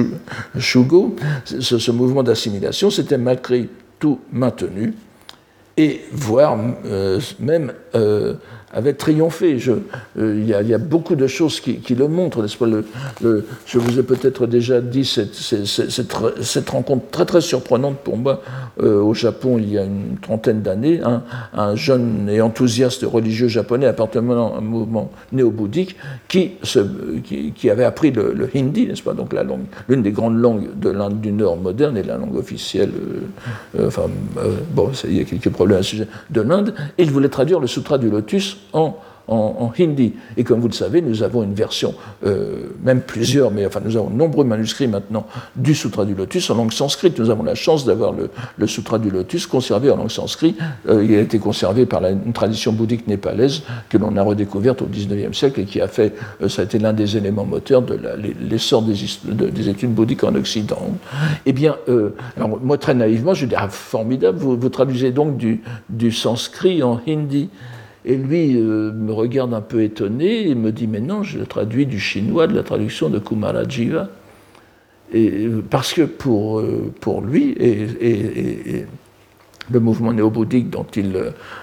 Shugo, ce, ce mouvement d'assimilation s'était malgré tout maintenu, et voire euh, même euh, avait triomphé. Je, euh, il, y a, il y a beaucoup de choses qui, qui le montrent, n'est-ce pas? Le, le, je vous ai peut-être déjà dit cette, cette, cette, cette rencontre très très surprenante pour moi euh, au Japon il y a une trentaine d'années. Un, un jeune et enthousiaste religieux japonais appartenant à un mouvement néo-bouddhique qui, se, qui, qui avait appris le, le hindi, n'est-ce pas? Donc la langue, l'une des grandes langues de l'Inde du Nord moderne et la langue officielle. Euh, euh, enfin, euh, bon, il y a quelques problèmes à ce sujet de l'Inde. Et il voulait traduire le Sutra du Lotus En, en, en hindi. Et comme vous le savez, nous avons une version, euh, même plusieurs, mais enfin nous avons de nombreux manuscrits maintenant du Sutra du Lotus en langue sanscrite. Nous avons la chance d'avoir le, le Sutra du Lotus conservé en langue sanscrite. Euh, il a été conservé par la, une tradition bouddhique népalaise que l'on a redécouverte au dix-neuvième siècle et qui a fait, euh, ça a été l'un des éléments moteurs de la, l'essor des, de, des études bouddhiques en Occident. Eh bien, euh, alors moi très naïvement, je dis ah, formidable, vous, vous traduisez donc du, du sanskrit en hindi. Et lui euh, me regarde un peu étonné et me dit « Mais non, je traduis du chinois, de la traduction de Kumarajiva. » Et parce que pour, euh, pour lui et, et, et, et le mouvement néo-bouddhique dont il,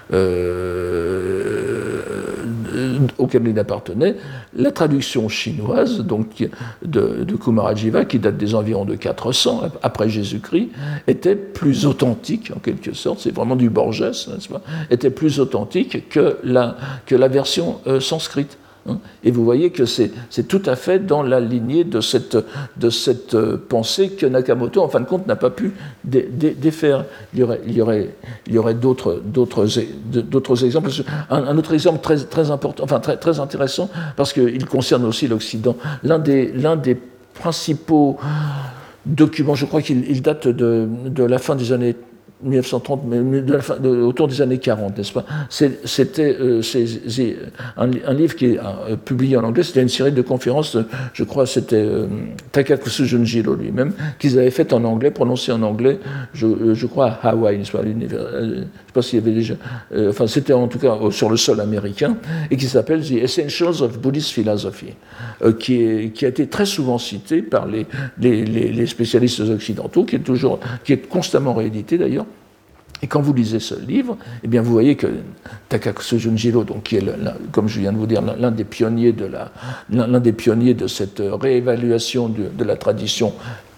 euh, auquel il appartenait, la traduction chinoise donc, de, de Kumarajiva, qui date des environs de quatre cents après Jésus-Christ, était plus authentique, en quelque sorte, c'est vraiment du Borges, n'est-ce pas, était plus authentique que la, que la version euh, sanscrite. Et vous voyez que c'est, c'est tout à fait dans la lignée de cette, de cette pensée que Nakamoto, en fin de compte, n'a pas pu dé, dé, défaire. Il y aurait, il y aurait, il y aurait d'autres, d'autres, d'autres exemples. Un, un autre exemple très, très important, enfin très, très intéressant, parce qu'il concerne aussi l'Occident. L'un des, l'un des principaux documents, je crois qu'il il date de, de la fin des années mille neuf cent trente, mais de la fin, de, autour des années quarante, n'est-ce pas? C'est, c'était euh, c'est, c'est un, un livre qui est euh, publié en anglais, c'était une série de conférences, je crois que c'était euh, Takakusu Junjiro lui-même, qu'ils avaient fait en anglais, prononcé en anglais, je, je crois à Hawaï, n'est-ce pas? Euh, je ne sais pas s'il y avait déjà... Euh, enfin, c'était en tout cas sur le sol américain, et qui s'appelle The Essentials of Buddhist Philosophy, euh, qui, est, qui a été très souvent cité par les, les, les, les spécialistes occidentaux, qui est, toujours, qui est constamment réédité d'ailleurs. Et quand vous lisez ce livre, eh bien vous voyez que Takakusu Junjiro, donc qui est, le, la, comme je viens de vous dire, l'un des pionniers de la, l'un des pionniers de cette réévaluation de, de la tradition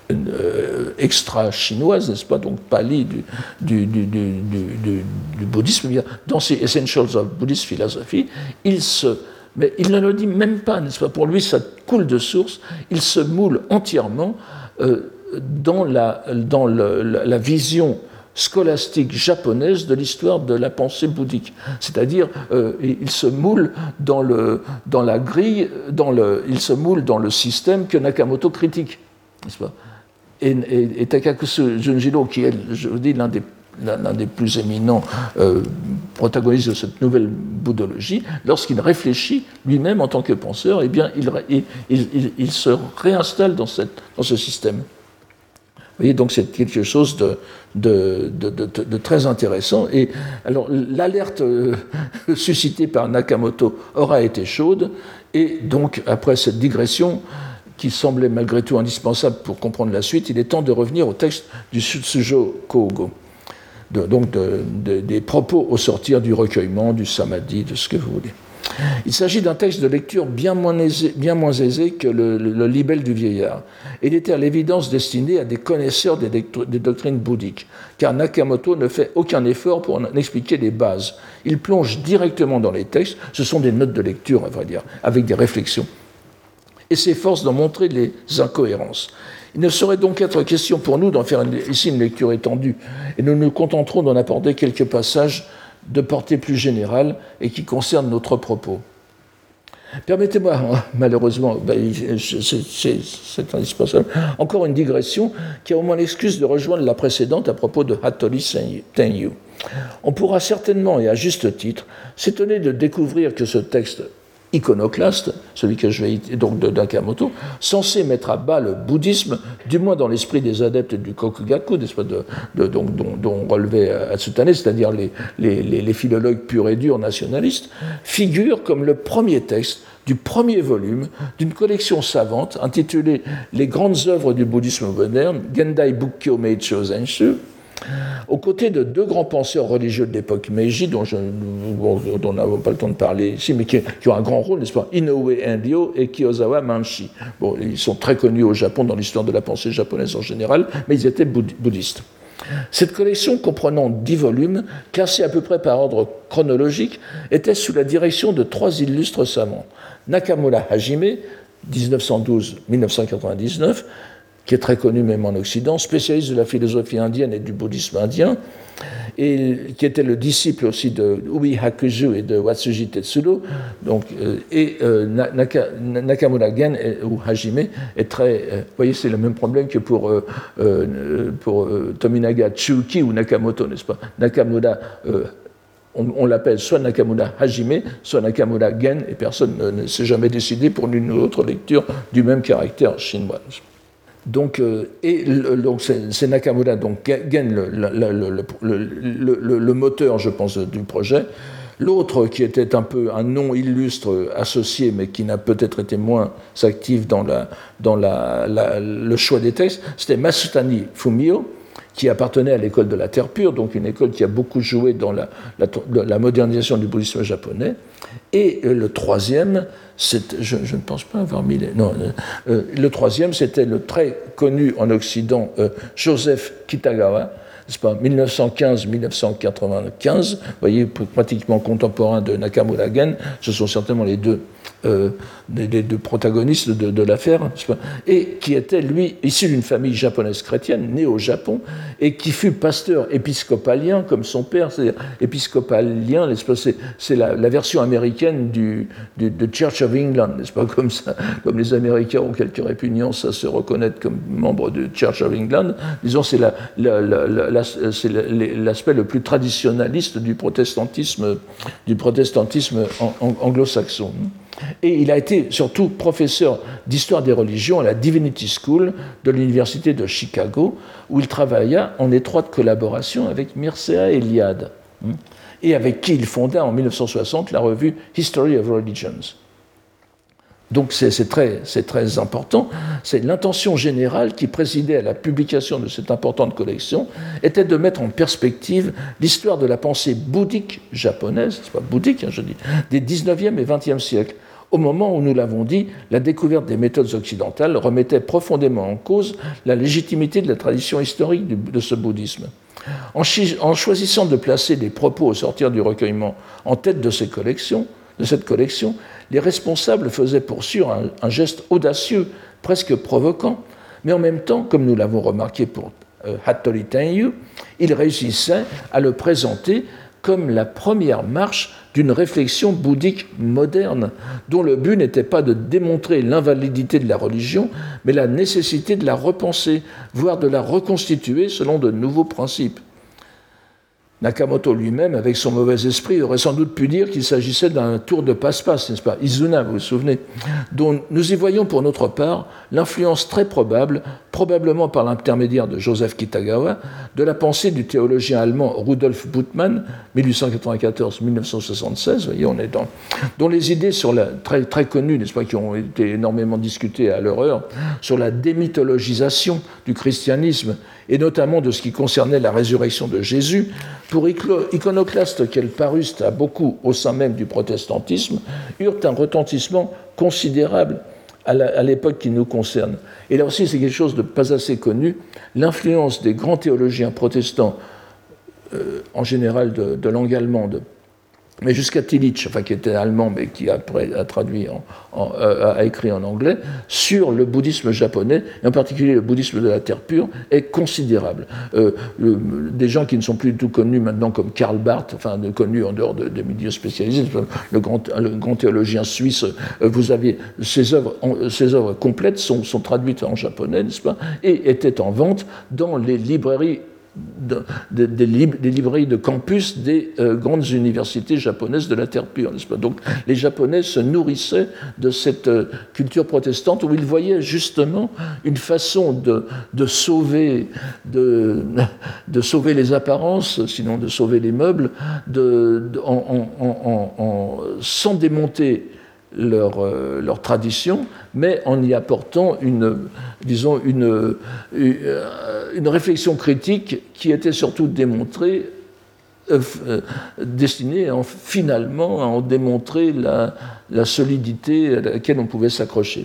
euh, extra-chinoise, n'est-ce pas, donc pali du, du, du, du, du, du bouddhisme, eh bien, dans ces Essentials of Buddhist Philosophy, il se mais il ne le dit même pas, n'est-ce pas? Pour lui, ça coule de source. Il se moule entièrement euh, dans la, dans le, la, la vision scolastique japonaise de l'histoire de la pensée bouddhique. C'est-à-dire, euh, il se moule dans, le, dans la grille, dans le, il se moule dans le système que Nakamoto critique, n'est-ce pas? Et, et, et Takakusu Junjiro, qui est, je vous dis, l'un des, l'un des plus éminents euh, protagonistes de cette nouvelle bouddhologie, lorsqu'il réfléchit lui-même en tant que penseur, eh bien, il, il, il, il se réinstalle dans, cette, dans ce système. Vous voyez, donc c'est quelque chose de, de, de, de, de très intéressant. Et alors, l'alerte euh, suscitée par Nakamoto aura été chaude, et donc, après cette digression, qui semblait malgré tout indispensable pour comprendre la suite, il est temps de revenir au texte du Shutsujo Kogo, de, donc de, de, des propos au sortir du recueillement, du samadhi, de ce que vous voulez. Il s'agit d'un texte de lecture bien moins aisé, bien moins aisé que le, le, le libelle du vieillard. Il était à l'évidence destiné à des connaisseurs des, des doctrines bouddhiques, car Nakamoto ne fait aucun effort pour en expliquer les bases. Il plonge directement dans les textes, ce sont des notes de lecture, à vrai dire, avec des réflexions, et s'efforce d'en montrer les incohérences. Il ne saurait donc être question pour nous d'en faire une, ici une lecture étendue, et nous nous contenterons d'en aborder quelques passages de portée plus générale et qui concerne notre propos. Permettez-moi, malheureusement, ben, c'est, c'est, c'est indispensable, encore une digression qui a au moins l'excuse de rejoindre la précédente à propos de Hattori Tenyu. On pourra certainement, et à juste titre, s'étonner de découvrir que ce texte iconoclaste, celui que je vais donc de Nakamoto, censé mettre à bas le bouddhisme, du moins dans l'esprit des adeptes du Kokugaku, de, de, donc, dont, dont relevait Atsutane, c'est-à-dire les, les, les, les philologues purs et durs nationalistes, figure comme le premier texte du premier volume d'une collection savante intitulée « Les grandes œuvres du bouddhisme moderne », Gendai Bukkyo Meitshō Zenshu, Aux côtés de deux grands penseurs religieux de l'époque Meiji, dont, je, dont on n'a pas le temps de parler ici, mais qui, qui ont un grand rôle, n'est-ce pas, Inoue Enryo et Kiyosawa Manshi. Bon, ils sont très connus au Japon dans l'histoire de la pensée japonaise en général, mais ils étaient bouddhistes. Cette collection, comprenant dix volumes, classés à peu près par ordre chronologique, était sous la direction de trois illustres savants. Nakamura Hajime, dix-neuf cent douze à mille neuf cent quatre-vingt-dix-neuf, qui est très connu même en Occident, spécialiste de la philosophie indienne et du bouddhisme indien, et qui était le disciple aussi de Ui Hakuju et de Watsuji Tetsuro. Donc, euh, et euh, Naka, Nakamura Gen et, ou Hajime est très... Euh, vous voyez, c'est le même problème que pour, euh, euh, pour euh, Tominaga Tsuki ou Nakamoto, n'est-ce pas? Nakamura... Euh, On, on l'appelle soit Nakamura Hajime, soit Nakamura Gen, et personne ne, ne s'est jamais décidé pour l'une ou l'autre lecture du même caractère chinois. Donc, euh, et le, donc c'est, c'est Nakamura, donc Gen, le, le, le, le, le moteur, je pense, du projet. L'autre, qui était un peu un nom illustre associé, mais qui n'a peut-être été moins actif dans, la, dans la, la, le choix des textes, c'était Masutani Fumio, qui appartenait à l'école de la Terre pure, donc une école qui a beaucoup joué dans la, la, la modernisation du bouddhisme japonais. Et le troisième, c'est, je, je ne pense pas avoir mis les... Non, euh, le troisième, c'était le très connu en Occident euh, Joseph Kitagawa, n'est-ce pas, mille neuf cent quinze à mille neuf cent quatre-vingt-quinze, vous voyez, pratiquement contemporain de Nakamura Gen, ce sont certainement les deux, euh, les, les deux protagonistes de, de l'affaire, n'est-ce pas, et qui était, lui, issu d'une famille japonaise chrétienne, né au Japon, et qui fut pasteur épiscopalien comme son père, c'est-à-dire épiscopalien, n'est-ce pas, c'est, c'est la, la version américaine du, du, de Church of England, n'est-ce pas, comme ça, comme les Américains ont quelques répugnances à se reconnaître comme membres de Church of England, disons, c'est la, la, la, la c'est l'aspect le plus traditionnaliste du protestantisme, du protestantisme anglo-saxon. Et il a été surtout professeur d'histoire des religions à la Divinity School de l'université de Chicago, où il travailla en étroite collaboration avec Mircea Eliade, et avec qui il fonda en mille neuf cent soixante la revue History of Religions. Donc c'est, c'est, très, c'est très important. C'est l'intention générale qui présidait à la publication de cette importante collection était de mettre en perspective l'histoire de la pensée bouddhique japonaise, c'est pas bouddhique, hein, je dis, des dix-neuvième et vingtième siècles, au moment où, nous l'avons dit, la découverte des méthodes occidentales remettait profondément en cause la légitimité de la tradition historique du, de ce bouddhisme. En, chi- en choisissant de placer les propos au sortir du recueillement en tête de ces collections, de cette collection, les responsables faisaient pour sûr un, un geste audacieux, presque provoquant, mais en même temps, comme nous l'avons remarqué pour euh, Hattori Tenyu, ils réussissaient à le présenter comme la première marche d'une réflexion bouddhique moderne, dont le but n'était pas de démontrer l'invalidité de la religion, mais la nécessité de la repenser, voire de la reconstituer selon de nouveaux principes. Nakamoto lui-même, avec son mauvais esprit, aurait sans doute pu dire qu'il s'agissait d'un tour de passe-passe, n'est-ce pas, Izuna, vous vous souvenez, dont nous y voyons pour notre part l'influence très probable, probablement par l'intermédiaire de Joseph Kitagawa, de la pensée du théologien allemand Rudolf Bultmann, dix-huit cent quatre-vingt-quatorze à dix-neuf cent soixante-seize, vous voyez, on est dans, dont les idées sur la, très, très connues, n'est-ce pas, qui ont été énormément discutées à leur heure, sur la démythologisation du christianisme, et notamment de ce qui concernait la résurrection de Jésus, pour iconoclastes qu'elles parussent à beaucoup au sein même du protestantisme, eurent un retentissement considérable à, la, à l'époque qui nous concerne. Et là aussi, c'est quelque chose de pas assez connu, l'influence des grands théologiens protestants, euh, en général de, de langue allemande, mais jusqu'à Tillich, enfin, qui était allemand, mais qui après a traduit, en, en, euh, a écrit en anglais, sur le bouddhisme japonais, et en particulier le bouddhisme de la terre pure, est considérable. Euh, le, des gens qui ne sont plus du tout connus maintenant, comme Karl Barth, enfin, connus en dehors de, des milieux spécialisés, le grand, le grand théologien suisse, euh, vous avez ses œuvres, ses œuvres complètes sont, sont traduites en japonais, n'est-ce pas, et étaient en vente dans les librairies De, de, de, des librairies de campus des euh, grandes universités japonaises de la terre pure, n'est-ce pas ? Donc les Japonais se nourrissaient de cette euh, culture protestante où ils voyaient justement une façon de, de, sauver, de, de sauver les apparences, sinon de sauver les meubles, de, de, en, en, en, en, sans démonter leur, euh, leur tradition, mais en y apportant une, disons, une, une, une réflexion critique qui était surtout démontrée, euh, euh, destinée à en, finalement à en démontrer la, la solidité à laquelle on pouvait s'accrocher.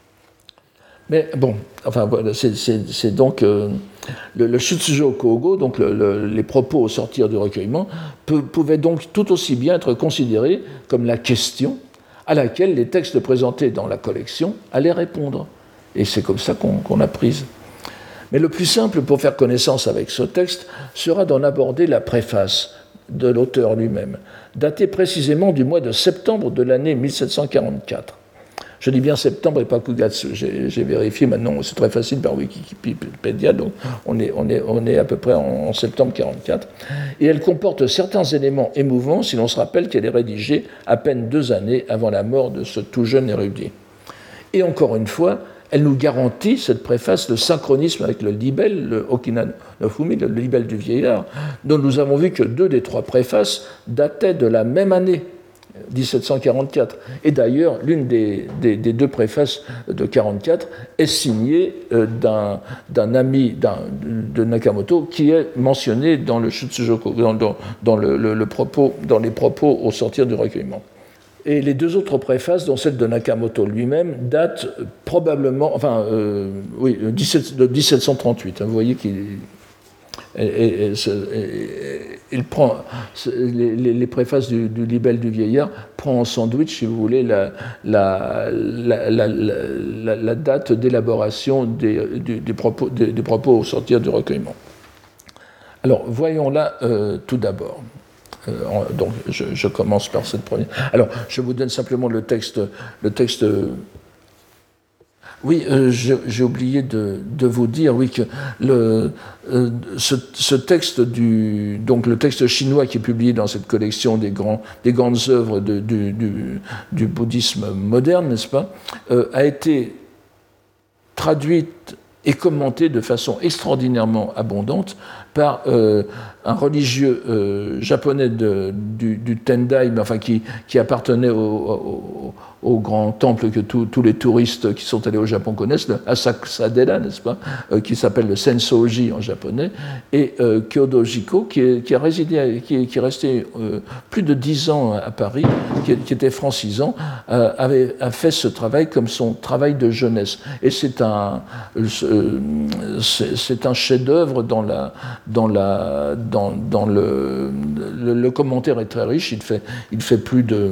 Mais bon, enfin voilà, c'est, c'est, c'est donc euh, le, le Shutsujo Kogo, donc le, le, les propos au sortir du recueillement, peut, pouvaient donc tout aussi bien être considérés comme la question à laquelle les textes présentés dans la collection allaient répondre. Et c'est comme ça qu'on, qu'on a prise. Mais le plus simple pour faire connaissance avec ce texte sera d'en aborder la préface de l'auteur lui-même, datée précisément du mois de septembre de l'année mille sept cent quarante-quatre. Je dis bien septembre et pas Kugatsu. J'ai, j'ai vérifié maintenant, c'est très facile par Wikipédia, donc on est, on est, on est à peu près en, en septembre quarante-quatre. Et elle comporte certains éléments émouvants si l'on se rappelle qu'elle est rédigée à peine deux années avant la mort de ce tout jeune érudit. Et encore une fois, elle nous garantit, cette préface, le synchronisme avec le libelle, le Okina no Fumi, le libelle du vieillard, dont nous avons vu que deux des trois préfaces dataient de la même année, dix-sept cent quarante-quatre. Et d'ailleurs, l'une des, des, des deux préfaces de quarante-quatre est signée euh, d'un, d'un ami d'un, de Nakamoto qui est mentionné dans le Shutsujoku, dans, dans, dans, le, le, le propos, dans les propos au sortir du recueillement. Et les deux autres préfaces, dont celle de Nakamoto lui-même, datent probablement, enfin, euh, oui, de dix-sept cent trente-huit. Hein, vous voyez qu'il et, et, et, il prend les, les, les préfaces du, du libelle du vieillard, prend en sandwich, si vous voulez, la, la, la, la, la, la date d'élaboration des, des, des, propos, des, des propos au sortir du recueillement. Alors, voyons là euh, tout d'abord. Euh, donc, je, je commence par cette première. Alors, je vous donne simplement le texte. Le texte euh, oui, euh, j'ai, j'ai oublié de, de vous dire, oui, que le, euh, ce, ce texte du, donc le texte chinois qui est publié dans cette collection des, grands, des grandes œuvres de, du, du, du bouddhisme moderne, n'est-ce pas, euh, a été traduit et commenté de façon extraordinairement abondante par euh, un religieux euh, japonais de, du, du Tendai, mais enfin qui, qui appartenait au, au, au grand temple que tout, tous les touristes qui sont allés au Japon connaissent, le Asakusa-dera, n'est-ce pas, euh, qui s'appelle le Sensoji en japonais, et euh, Kyodo Jiko, qui est, qui a résidé, qui est, qui est resté euh, plus de dix ans à Paris, qui, qui était francisant, euh, avait a fait ce travail comme son travail de jeunesse. Et c'est un, euh, c'est, c'est un chef-d'œuvre dans la Dans, la, dans, dans le, le, le commentaire est très riche, il fait, il fait plus de,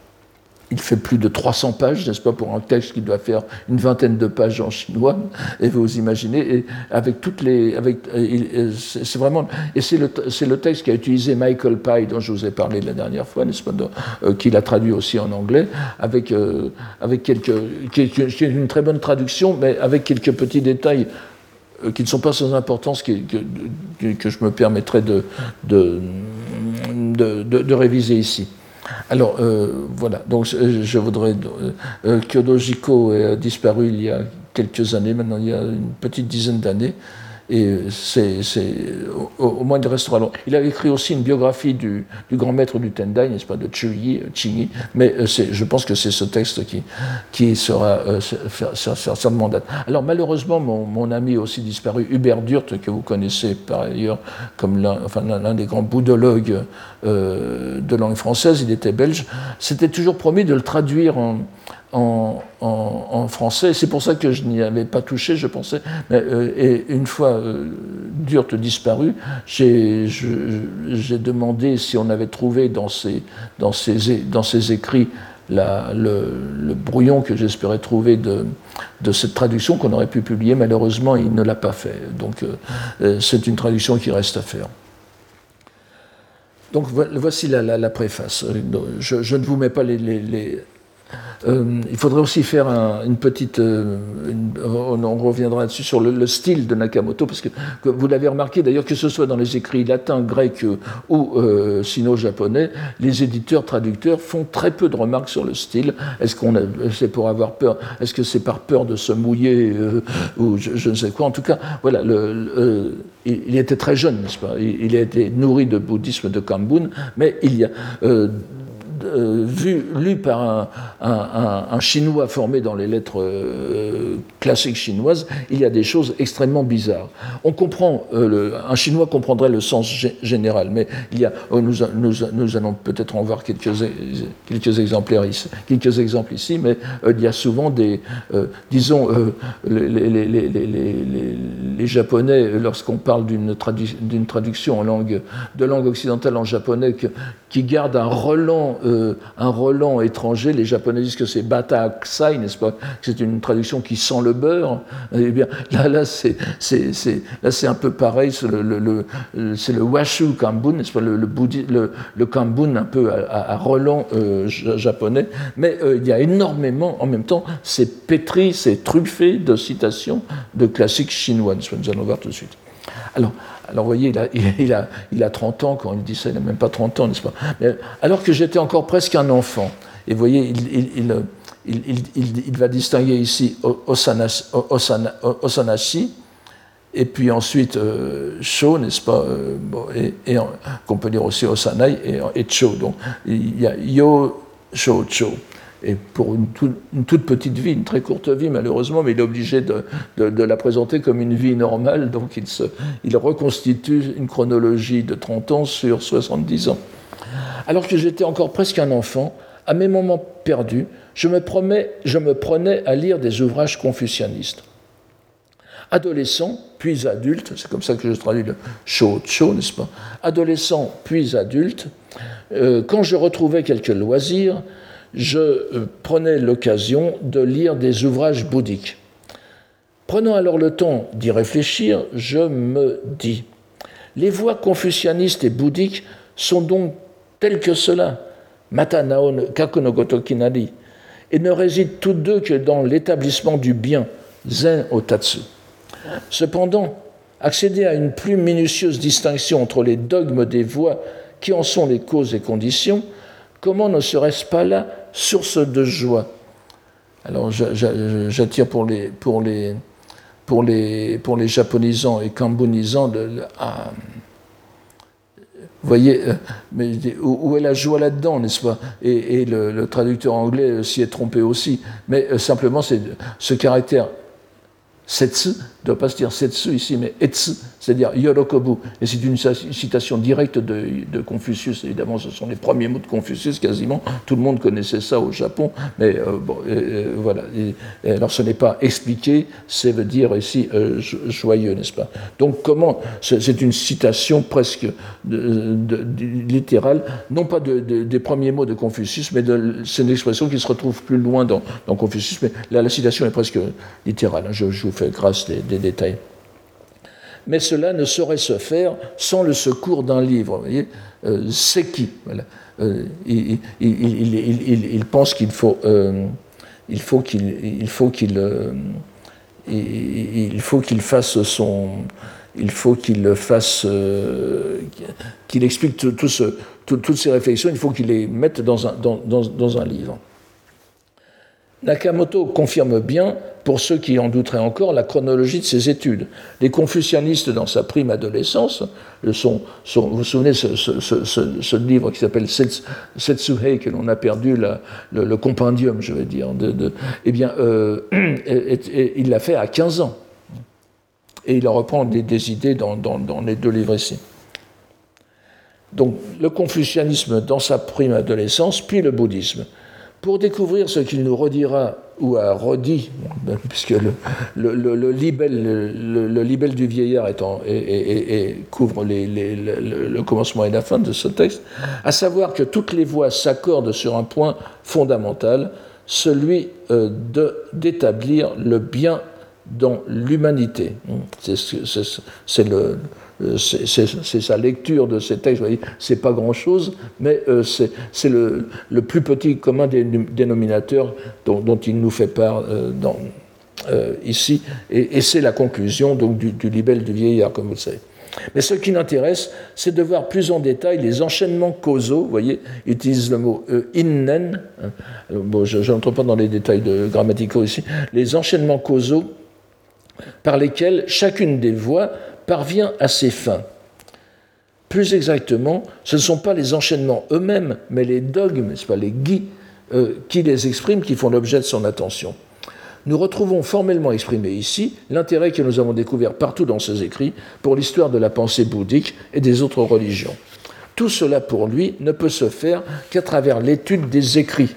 il fait plus de trois cents pages, n'est-ce pas, pour un texte qui doit faire une vingtaine de pages en chinois, et vous imaginez, et avec toutes les, avec, c'est, c'est vraiment, et c'est le, c'est le texte qu'a utilisé Michael Pye, dont je vous ai parlé la dernière fois, n'est-ce pas, dont, euh, qu'il a traduit aussi en anglais, avec, euh, avec quelques, qui, qui est une très bonne traduction, mais avec quelques petits détails qui ne sont pas sans importance, que, que, que je me permettrai de, de, de, de, de réviser ici. Alors, euh, voilà, donc je voudrais... Euh, Kyodo Jiko a disparu il y a quelques années, maintenant il y a une petite dizaine d'années, et c'est, c'est au, au moins il restera long. Il a écrit aussi une biographie du, du grand maître du Tendai, n'est-ce pas, de Chuyi, Chingi, mais c'est, je pense que c'est ce texte qui, qui sera euh, certainement date. Alors malheureusement, mon, mon ami aussi disparu, Hubert Dürth, que vous connaissez par ailleurs comme l'un, enfin, l'un des grands bouddhologues euh, de langue française, il était belge, s'était toujours promis de le traduire en En, en, en français. C'est pour ça que je n'y avais pas touché, je pensais. Mais, euh, et une fois euh, Dürth disparu, j'ai, je, j'ai demandé si on avait trouvé dans ses, dans ses, dans ses écrits la, le, le brouillon que j'espérais trouver de, de cette traduction qu'on aurait pu publier. Malheureusement, il ne l'a pas fait. Donc, euh, c'est une traduction qui reste à faire. Donc, voici la, la, la préface. Je, je ne vous mets pas les... les, les Euh, il faudrait aussi faire un, une petite... Euh, une, on reviendra là-dessus sur le, le style de Nakamoto, parce que, que vous l'avez remarqué d'ailleurs, que ce soit dans les écrits latins, grecs euh, ou euh, sino-japonais, les éditeurs, traducteurs font très peu de remarques sur le style. Est-ce qu'on a, c'est pour avoir peur? Est-ce que c'est par peur de se mouiller euh, ou je, je ne sais quoi? En tout cas, voilà, le, le, il, il était très jeune, n'est-ce pas? Il, il a été nourri de bouddhisme de Kambun, mais il y a... Euh, euh, vu, lu par un, un, un, un chinois formé dans les lettres euh, classiques chinoises, il y a des choses extrêmement bizarres. On comprend, euh, le, un chinois comprendrait le sens g- général, mais il y a, oh, nous, nous, nous allons peut-être en voir quelques, quelques, exemplaires ici, quelques exemples ici, mais euh, il y a souvent des, euh, disons, euh, les, les, les, les, les, les, les Japonais, lorsqu'on parle d'une, tradu- d'une traduction en langue, de langue occidentale en japonais, que, qui garde un relan, euh, un relan étranger, les Japonais disent que c'est bata akusai, n'est-ce pas? C'est une traduction qui sent le beurre. Eh bien, là, là, c'est, c'est, c'est, là, c'est un peu pareil. C'est le, le, le, c'est le washu kambun, n'est-ce pas? Le, le, boudi, le, le kambun un peu à, à, à relan euh, japonais. Mais euh, il y a énormément, en même temps, c'est pétri, c'est truffé de citations de classiques chinois. Nous allons voir tout de suite. Alors, alors vous voyez, il a, il, a, il a trente ans, quand il dit ça, il n'a même pas trente ans, n'est-ce pas? Mais, alors que j'étais encore presque un enfant. Et vous voyez, il, il, il, il, il, il, il va distinguer ici Osanashi, Osana, Osanashi et puis ensuite euh, Sho, n'est-ce pas? euh, bon, et, et qu'on peut dire aussi Osanai et, et Cho. Donc, il y a Yo, Sho, Cho. Et pour une, tout, une toute petite vie, une très courte vie malheureusement, mais il est obligé de, de, de la présenter comme une vie normale, donc il, se, il reconstitue une chronologie de trente ans sur soixante-dix ans. Alors que j'étais encore presque un enfant, à mes moments perdus, je me, promets, je me prenais à lire des ouvrages confucianistes. Adolescent, puis adulte, c'est comme ça que je traduis le shōchō, n'est-ce pas? Adolescent, puis adulte, euh, quand je retrouvais quelques loisirs, je prenais l'occasion de lire des ouvrages bouddhiques. Prenant alors le temps d'y réfléchir, je me dis, les voies confucianistes et bouddhiques sont donc telles que cela, mata nao kaku no gotoki nari, et ne résident toutes deux que dans l'établissement du bien, zen otatsu. Cependant, accéder à une plus minutieuse distinction entre les dogmes des voies qui en sont les causes et conditions, comment ne serait-ce pas là source de joie? Alors j'attire pour les, pour les, pour les, pour les japonisants et kambunisants de, de, à, vous voyez, euh, mais où, où est la joie là-dedans, n'est-ce pas? Et, et le, le traducteur anglais s'y est trompé aussi. Mais euh, simplement, c'est ce caractère setsu, ne doit pas se dire setsu ici, mais etsu, c'est-à-dire yorokobu. Et c'est une citation directe de, de Confucius. Évidemment, ce sont les premiers mots de Confucius, quasiment. Tout le monde connaissait ça au Japon. Mais euh, bon, euh, voilà. Et, et alors, ce n'est pas expliqué, c'est veut dire ici euh, joyeux, n'est-ce pas? Donc, comment c'est une citation presque de, de, de, littérale, non pas de, de, des premiers mots de Confucius, mais c'est une expression qui se retrouve plus loin dans, dans Confucius. Mais là, la citation est presque littérale. Hein, je, je vous fais grâce des, des détails. Mais cela ne saurait se faire sans le secours d'un livre. Vous voyez, euh, c'est qui voilà. euh, il, il, il, il, il, il pense qu'il faut, euh, il faut qu'il, il faut qu'il, euh, il, il faut qu'il fasse son, il faut qu'il fasse, euh, qu'il explique tout, tout ce, tout, toutes ces réflexions. Il faut qu'il les mette dans un, dans, dans, dans un livre. Nakamoto confirme bien, pour ceux qui en douteraient encore, la chronologie de ses études. Les confucianistes, dans sa prime adolescence, sont, sont, vous vous souvenez ce, ce, ce, ce livre qui s'appelle Setsuhei, que l'on a perdu, la, le, le compendium, je vais dire, de, de, eh bien, euh, et, et, et il l'a fait à quinze ans. Et il en reprend des, des idées dans, dans, dans les deux livres ici. Donc, le confucianisme dans sa prime adolescence, puis le bouddhisme. Pour découvrir ce qu'il nous redira ou a redit, puisque le, le, le, le, libelle, le, le libelle du vieillard est en, et, et, et couvre les, les, le, le commencement et la fin de ce texte, à savoir que toutes les voies s'accordent sur un point fondamental, celui euh, de, d'établir le bien dans l'humanité. C'est, c'est, c'est le... C'est, c'est, c'est sa lecture de ces textes, vous voyez, c'est pas grand-chose, mais euh, c'est, c'est le, le plus petit commun dénominateur dont, dont il nous fait part euh, dans, euh, ici, et, et c'est la conclusion donc, du, du libelle du vieillard, comme vous le savez. Mais ce qui m'intéresse, c'est de voir plus en détail les enchaînements causaux, vous voyez, il utilise le mot euh, innen, hein, alors, bon, je n'entre pas dans les détails de, grammaticaux ici, les enchaînements causaux par lesquels chacune des voies parvient à ses fins. Plus exactement, ce ne sont pas les enchaînements eux-mêmes, mais les dogmes, n'est-ce pas, les gui, euh, qui les expriment, qui font l'objet de son attention. Nous retrouvons formellement exprimé ici l'intérêt que nous avons découvert partout dans ses écrits pour l'histoire de la pensée bouddhique et des autres religions. Tout cela, pour lui, ne peut se faire qu'à travers l'étude des écrits.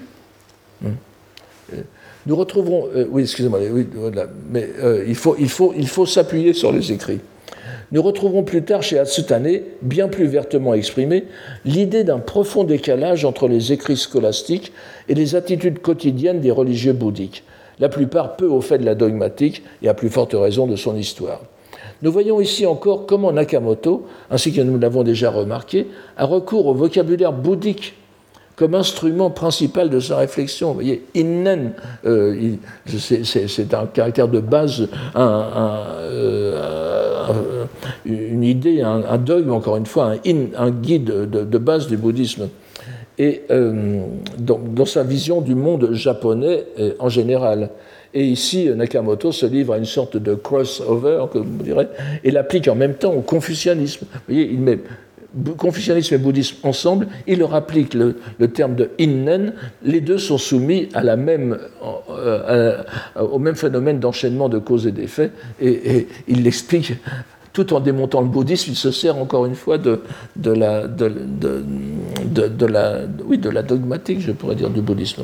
Nous retrouverons... Euh, oui, excusez-moi, oui, voilà, mais euh, il faut, il faut, il faut s'appuyer sur les écrits. Nous retrouverons plus tard chez Hatsutane, bien plus vertement exprimée, l'idée d'un profond décalage entre les écrits scolastiques et les attitudes quotidiennes des religieux bouddhiques, la plupart peu au fait de la dogmatique et à plus forte raison de son histoire. Nous voyons ici encore comment Nakamoto, ainsi que nous l'avons déjà remarqué, a recours au vocabulaire bouddhique comme instrument principal de sa réflexion. Vous voyez, innen, euh, il, c'est, c'est, c'est un caractère de base, un, un, euh, un, une idée, un, un dogme, encore une fois, un, in, un guide de, de base du bouddhisme. Et euh, dans, dans sa vision du monde japonais euh, en général. Et ici, Nakamoto se livre à une sorte de crossover, comme vous direz, et l'applique en même temps au confucianisme. Vous voyez, il met confucianisme et bouddhisme ensemble, il leur applique le, le terme de innen, les deux sont soumis à la même, euh, à, au même phénomène d'enchaînement de causes et d'effets, et, et il l'explique. Tout en démontant le bouddhisme, il se sert encore une fois de, de, la, de, de, de, de, la, oui, de la dogmatique, je pourrais dire, du bouddhisme.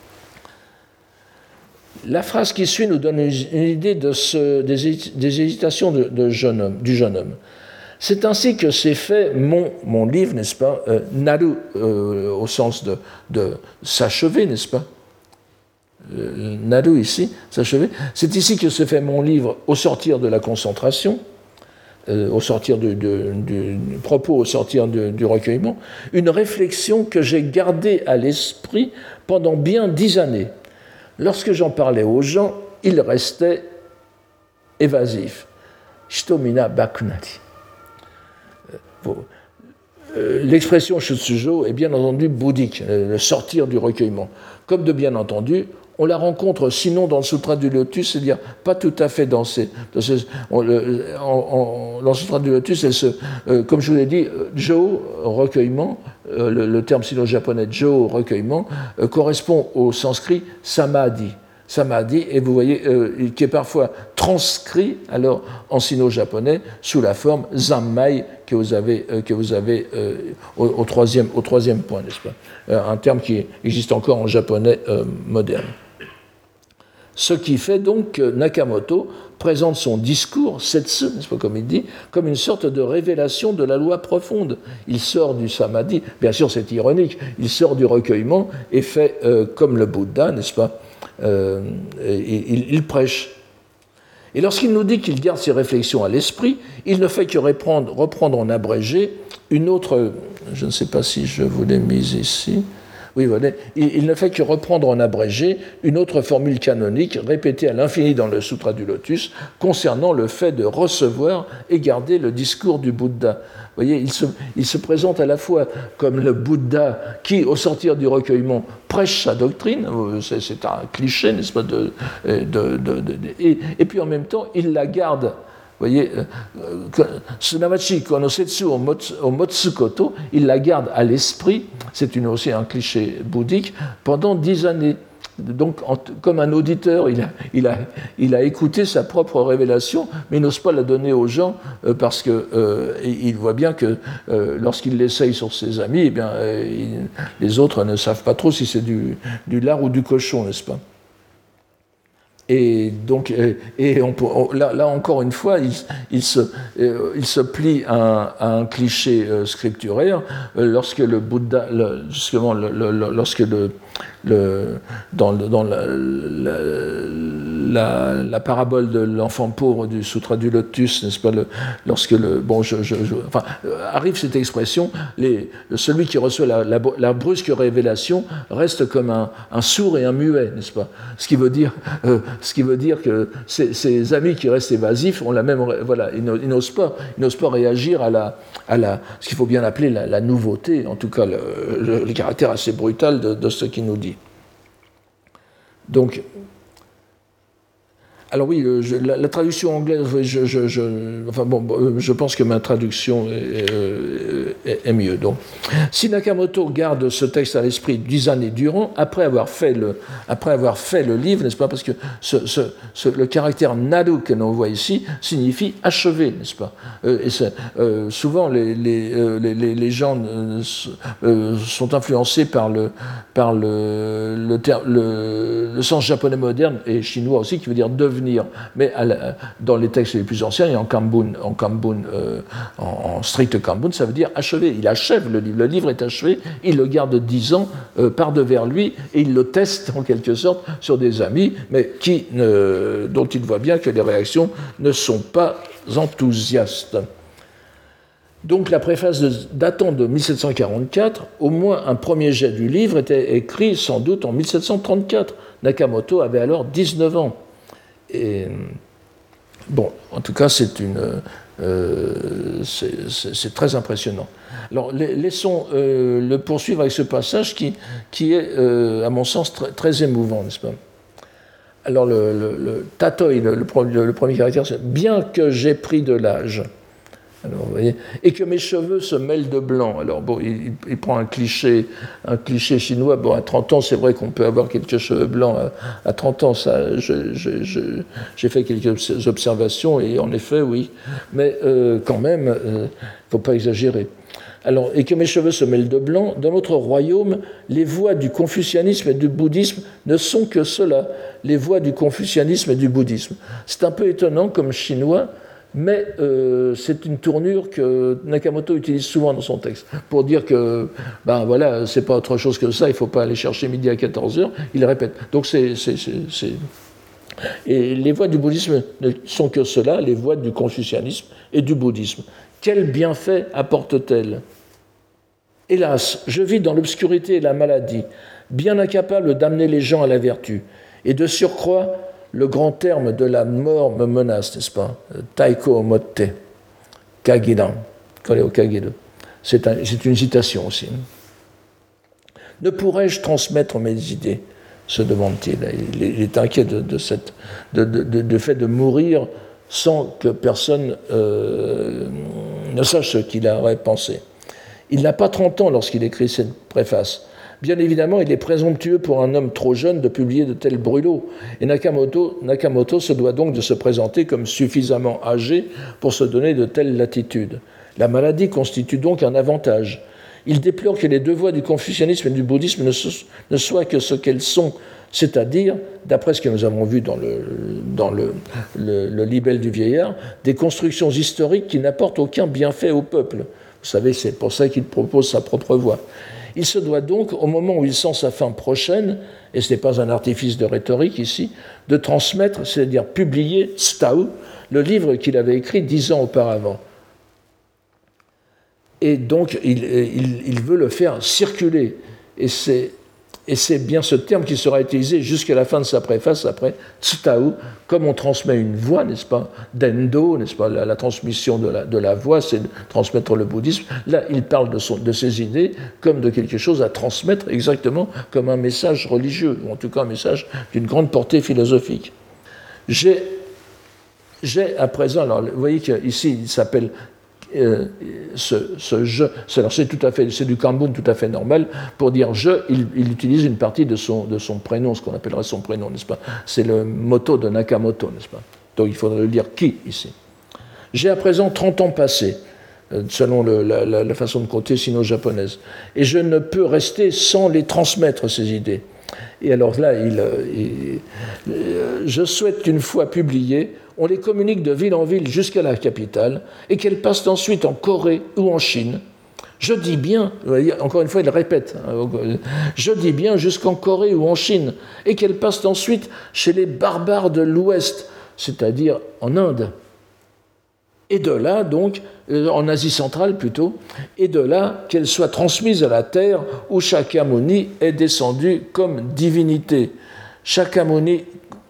La phrase qui suit nous donne une idée de ce, des, des hésitations de, de jeune homme, du jeune homme. C'est ainsi que s'est fait mon, mon livre, n'est-ce pas, euh, naru, euh, au sens de, de s'achever, n'est-ce pas, euh, naru ici, s'achever. C'est ici que se fait mon livre au sortir de la concentration, euh, au sortir du, du, du, du propos, au sortir du, du recueillement, une réflexion que j'ai gardée à l'esprit pendant bien dix années. Lorsque j'en parlais aux gens, ils restaient évasifs. Shitomina bakunari. L'expression shutsujo est bien entendu bouddhique, le sortir du recueillement. Comme de bien entendu, on la rencontre sinon dans le Sutra du Lotus, c'est-à-dire pas tout à fait dans ces... Dans, ces, on, le, en, en, dans le Sutra du Lotus, elle se, euh, comme je vous l'ai dit, jo, recueillement, euh, le, le terme sino-japonais jo, recueillement, euh, correspond au sanskrit samadhi. Samadhi, et vous voyez, euh, qui est parfois transcrit alors en sino-japonais sous la forme zammai que vous avez, euh, que vous avez euh, au, au, troisième, au troisième point, n'est-ce pas, euh, un terme qui existe encore en japonais euh, moderne. Ce qui fait donc que Nakamoto présente son discours, setsu, n'est-ce pas, comme il dit, comme une sorte de révélation de la loi profonde. Il sort du samadhi, bien sûr c'est ironique, il sort du recueillement et fait euh, comme le Bouddha, n'est-ce pas, Euh, il, il prêche. Et lorsqu'il nous dit qu'il garde ses réflexions à l'esprit, il ne fait que reprendre, reprendre en abrégé une autre, je ne sais pas si je vous l'ai mise ici, oui, voilà, il, il ne fait que reprendre en abrégé une autre formule canonique répétée à l'infini dans le Sutra du Lotus concernant le fait de recevoir et garder le discours du Bouddha. Vous voyez, il se, il se présente à la fois comme le Bouddha qui, au sortir du recueillement, prêche sa doctrine, c'est, c'est un cliché, n'est-ce pas, de, de, de, de, de, et, et puis en même temps, il la garde. Vous voyez, Sunamachi konosetsu o motsukoto, il la garde à l'esprit, c'est une, aussi un cliché bouddhique, pendant dix années. Donc, en, comme un auditeur, il a, il, a, il a écouté sa propre révélation, mais il n'ose pas la donner aux gens euh, parce qu'il euh, voit bien que euh, lorsqu'il l'essaye sur ses amis, eh bien, euh, il, les autres ne savent pas trop si c'est du, du lard ou du cochon, n'est-ce pas ? Et donc, et on peut, on, là, là encore une fois, il, il, se, il se plie à un, à un cliché scripturaire lorsque le Bouddha, le, justement, le, le, lorsque le, le, dans, le, dans la, la, la, la parabole de l'enfant pauvre du Sutra du Lotus, n'est-ce pas, le, lorsque le, bon, je, je, je, enfin, arrive cette expression, les, celui qui reçoit la, la, la brusque révélation reste comme un, un sourd et un muet, n'est-ce pas, ce qui veut dire euh, Ce qui veut dire que ces, ces amis qui restent évasifs ont la même, voilà, ils n'osent pas, ils n'osent pas réagir à la, à la, ce qu'il faut bien appeler la, la nouveauté, en tout cas le, le, le caractère assez brutal de, de ce qu'il nous dit. Donc, Alors oui, le, je, la, la traduction anglaise, je, je, je, enfin bon, je pense que ma traduction est, est, est mieux. Donc, si Nakamoto garde ce texte à l'esprit dix années durant, après avoir fait le, après avoir fait le livre, n'est-ce pas, parce que ce, ce, ce, le caractère naru que l'on voit ici signifie achevé, n'est-ce pas, euh, et euh, souvent les, les, euh, les, les gens euh, sont influencés par le, par le, le, ter- le, le sens japonais moderne et chinois aussi, qui veut dire devenir. Mais à la, dans les textes les plus anciens, et en Kambun, en, Kambun, euh, en, en strict Kambun, ça veut dire achever. Il achève le livre. Le livre est achevé, il le garde dix ans euh, par devers lui, et il le teste en quelque sorte sur des amis, mais qui ne, dont il voit bien que les réactions ne sont pas enthousiastes. Donc la préface de, datant de mille sept cent quarante-quatre, au moins un premier jet du livre était écrit sans doute en mille sept cent trente-quatre. Nakamoto avait alors dix-neuf ans. Et bon, en tout cas, c'est, une, euh, c'est, c'est, c'est très impressionnant. Alors, laissons euh, le poursuivre avec ce passage qui, qui est, euh, à mon sens, très, très émouvant, n'est-ce pas ? Alors, le, le, le tatoi, le, le, le premier caractère, c'est « Bien que j'ai pris de l'âge ». Alors, vous voyez, et que mes cheveux se mêlent de blanc. Alors, bon, il, il prend un cliché, un cliché chinois. Bon, à trente ans, c'est vrai qu'on peut avoir quelques cheveux blancs. À, à trente ans, ça, je, je, je, j'ai fait quelques observations, et en effet, oui. Mais euh, quand même, il euh, ne faut pas exagérer. Alors, et que mes cheveux se mêlent de blanc, dans notre royaume, les voies du confucianisme et du bouddhisme ne sont que cela, les voies du confucianisme et du bouddhisme. C'est un peu étonnant comme chinois, mais euh, c'est une tournure que Nakamoto utilise souvent dans son texte, pour dire que, ben voilà, c'est pas autre chose que ça, il ne faut pas aller chercher midi à quatorze heures, il répète. Donc c'est, c'est, c'est, c'est... Et les voies du bouddhisme ne sont que cela, les voies du confucianisme et du bouddhisme. Quel bienfait apporte-t-elle ? Hélas, je vis dans l'obscurité et la maladie, bien incapable d'amener les gens à la vertu, et de surcroît, le grand terme de la mort me menace, n'est-ce pas ? Taiko motte, kagidan, koreo kagiru. C'est, un, c'est une citation aussi. Ne pourrais-je transmettre mes idées ? Se demande-t-il. Il est, il est inquiet de, de, cette, de, de, de, de fait de mourir sans que personne euh, ne sache ce qu'il aurait pensé. Il n'a pas trente ans lorsqu'il écrit cette préface. Bien évidemment, il est présomptueux pour un homme trop jeune de publier de tels brûlots, et Nakamoto, Nakamoto se doit donc de se présenter comme suffisamment âgé pour se donner de telles latitudes. La maladie constitue donc un avantage. Il déplore que les deux voies du confucianisme et du bouddhisme ne, so, ne soient que ce qu'elles sont, c'est-à-dire, d'après ce que nous avons vu dans le, dans le, le, le libelle du vieillard, des constructions historiques qui n'apportent aucun bienfait au peuple. Vous savez, c'est pour ça qu'il propose sa propre voie. Il se doit donc, au moment où il sent sa fin prochaine, et ce n'est pas un artifice de rhétorique ici, de transmettre, c'est-à-dire publier, Stau, le livre qu'il avait écrit dix ans auparavant. Et donc, il, il, il veut le faire circuler. Et c'est, et c'est bien ce terme qui sera utilisé jusqu'à la fin de sa préface, après Tsutao, comme on transmet une voix, n'est-ce pas, Dendo, n'est-ce pas, la, la transmission de la, de la voix, c'est de transmettre le bouddhisme. Là, il parle de, son, de ses idées comme de quelque chose à transmettre, exactement comme un message religieux, ou en tout cas un message d'une grande portée philosophique. J'ai, j'ai à présent, alors vous voyez qu'ici, il s'appelle... Euh, ce, ce je, c'est, alors c'est, tout à fait, c'est du Kambun tout à fait normal. Pour dire je, il, il utilise une partie de son, de son prénom, ce qu'on appellerait son prénom, n'est-ce pas ? C'est le motto de Nakamoto, n'est-ce pas ? Donc il faudrait le dire qui ici. J'ai à présent trente ans passés, selon le, la, la, la façon de compter sino-japonaise, et je ne peux rester sans les transmettre, ces idées. Et alors là, il, il, je souhaite qu'une fois publiées, on les communique de ville en ville jusqu'à la capitale et qu'elles passent ensuite en Corée ou en Chine. Je dis bien, encore une fois, il répète, je dis bien jusqu'en Corée ou en Chine et qu'elles passent ensuite chez les barbares de l'Ouest, c'est-à-dire en Inde. Et de là, donc, en Asie centrale plutôt, et de là qu'elles soient transmises à la terre où Shakyamuni est descendu comme divinité. Shakyamuni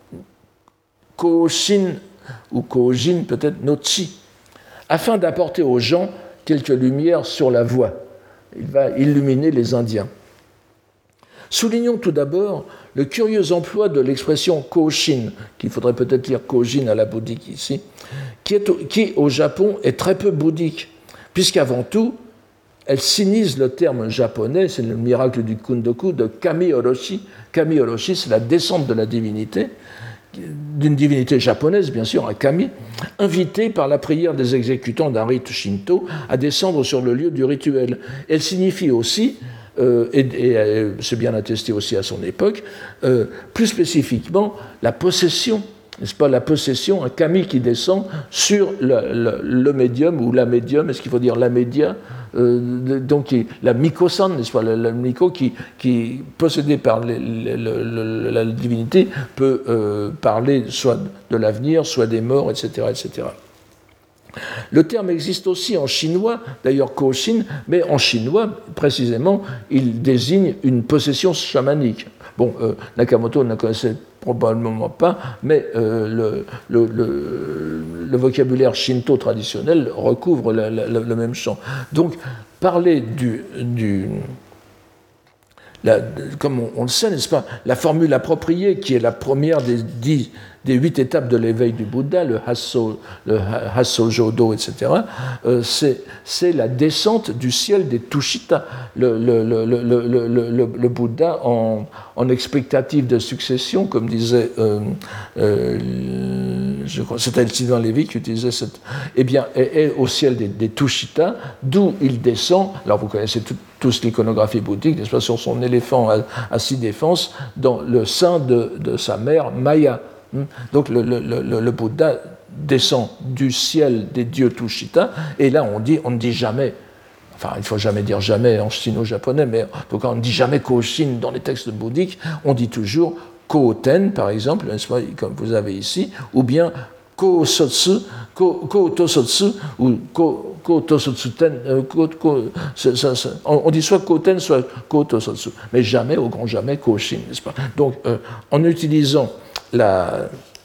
Kōshin, ou Kōjin peut-être, Nochi, afin d'apporter aux gens quelques lumières sur la voie. Il va illuminer les Indiens. Soulignons tout d'abord le curieux emploi de l'expression Kōshin, qu'il faudrait peut-être lire Kōjin à la bouddhique ici, qui, est au, qui au Japon est très peu bouddhique, puisqu'avant tout, elle signise le terme japonais, c'est le miracle du Kundoku, de Kami Oroshi. Kami Oroshi, c'est la descente de la divinité, d'une divinité japonaise, bien sûr, un kami, invitée par la prière des exécutants d'un rite shinto à descendre sur le lieu du rituel. Elle signifie aussi, euh, et, et euh, c'est bien attesté aussi à son époque, euh, plus spécifiquement la possession, n'est-ce pas, la possession, un kami qui descend sur le, le, le médium ou la médium, est-ce qu'il faut dire la média, euh, donc la miko-san, n'est-ce pas, le, le miko qui, qui possédé par les, les, le, le, la divinité, peut euh, parler soit de l'avenir, soit des morts, et cetera, et cetera. Le terme existe aussi en chinois, d'ailleurs Kōshin, mais en chinois, précisément, il désigne une possession chamanique. Bon, euh, Nakamoto ne connaissait probablement pas, mais euh, le, le, le, le vocabulaire shinto traditionnel recouvre la, la, la, le même champ. Donc, parler du... du La, comme on, on le sait, n'est-ce pas, la formule appropriée, qui est la première des, dix, des huit étapes de l'éveil du Bouddha, le Hasso, le Hasso Jodo, et cetera, euh, c'est, c'est la descente du ciel des Tushita. Le, le, le, le, le, le, le Bouddha, en, en expectative de succession, comme disait, euh, euh, je crois, c'était Sylvain Lévy qui utilisait cette. Eh bien, est, est au ciel des, des Tushita, d'où il descend. Alors, vous connaissez tout. tous l'iconographie bouddhique, n'est-ce pas, sur son éléphant à, à six défenses, dans le sein de, de sa mère, Maya. Donc le, le, le, le Bouddha descend du ciel des dieux Tushita, et là on, dit, on ne dit jamais, enfin il ne faut jamais dire jamais en sino-japonais, mais en tout cas on ne dit jamais Kōshin dans les textes bouddhiques, on dit toujours Kōten, par exemple, n'est-ce pas, comme vous avez ici, ou bien Kōsotsu, Kōtosotsu, ou Kō, Kōtosotsu-ten, euh, Kō, Kō, ça, ça, ça, on dit soit Kōten, soit Kōtosotsu, mais jamais, au grand jamais, Kōshin, n'est-ce pas? Donc, euh, en utilisant la,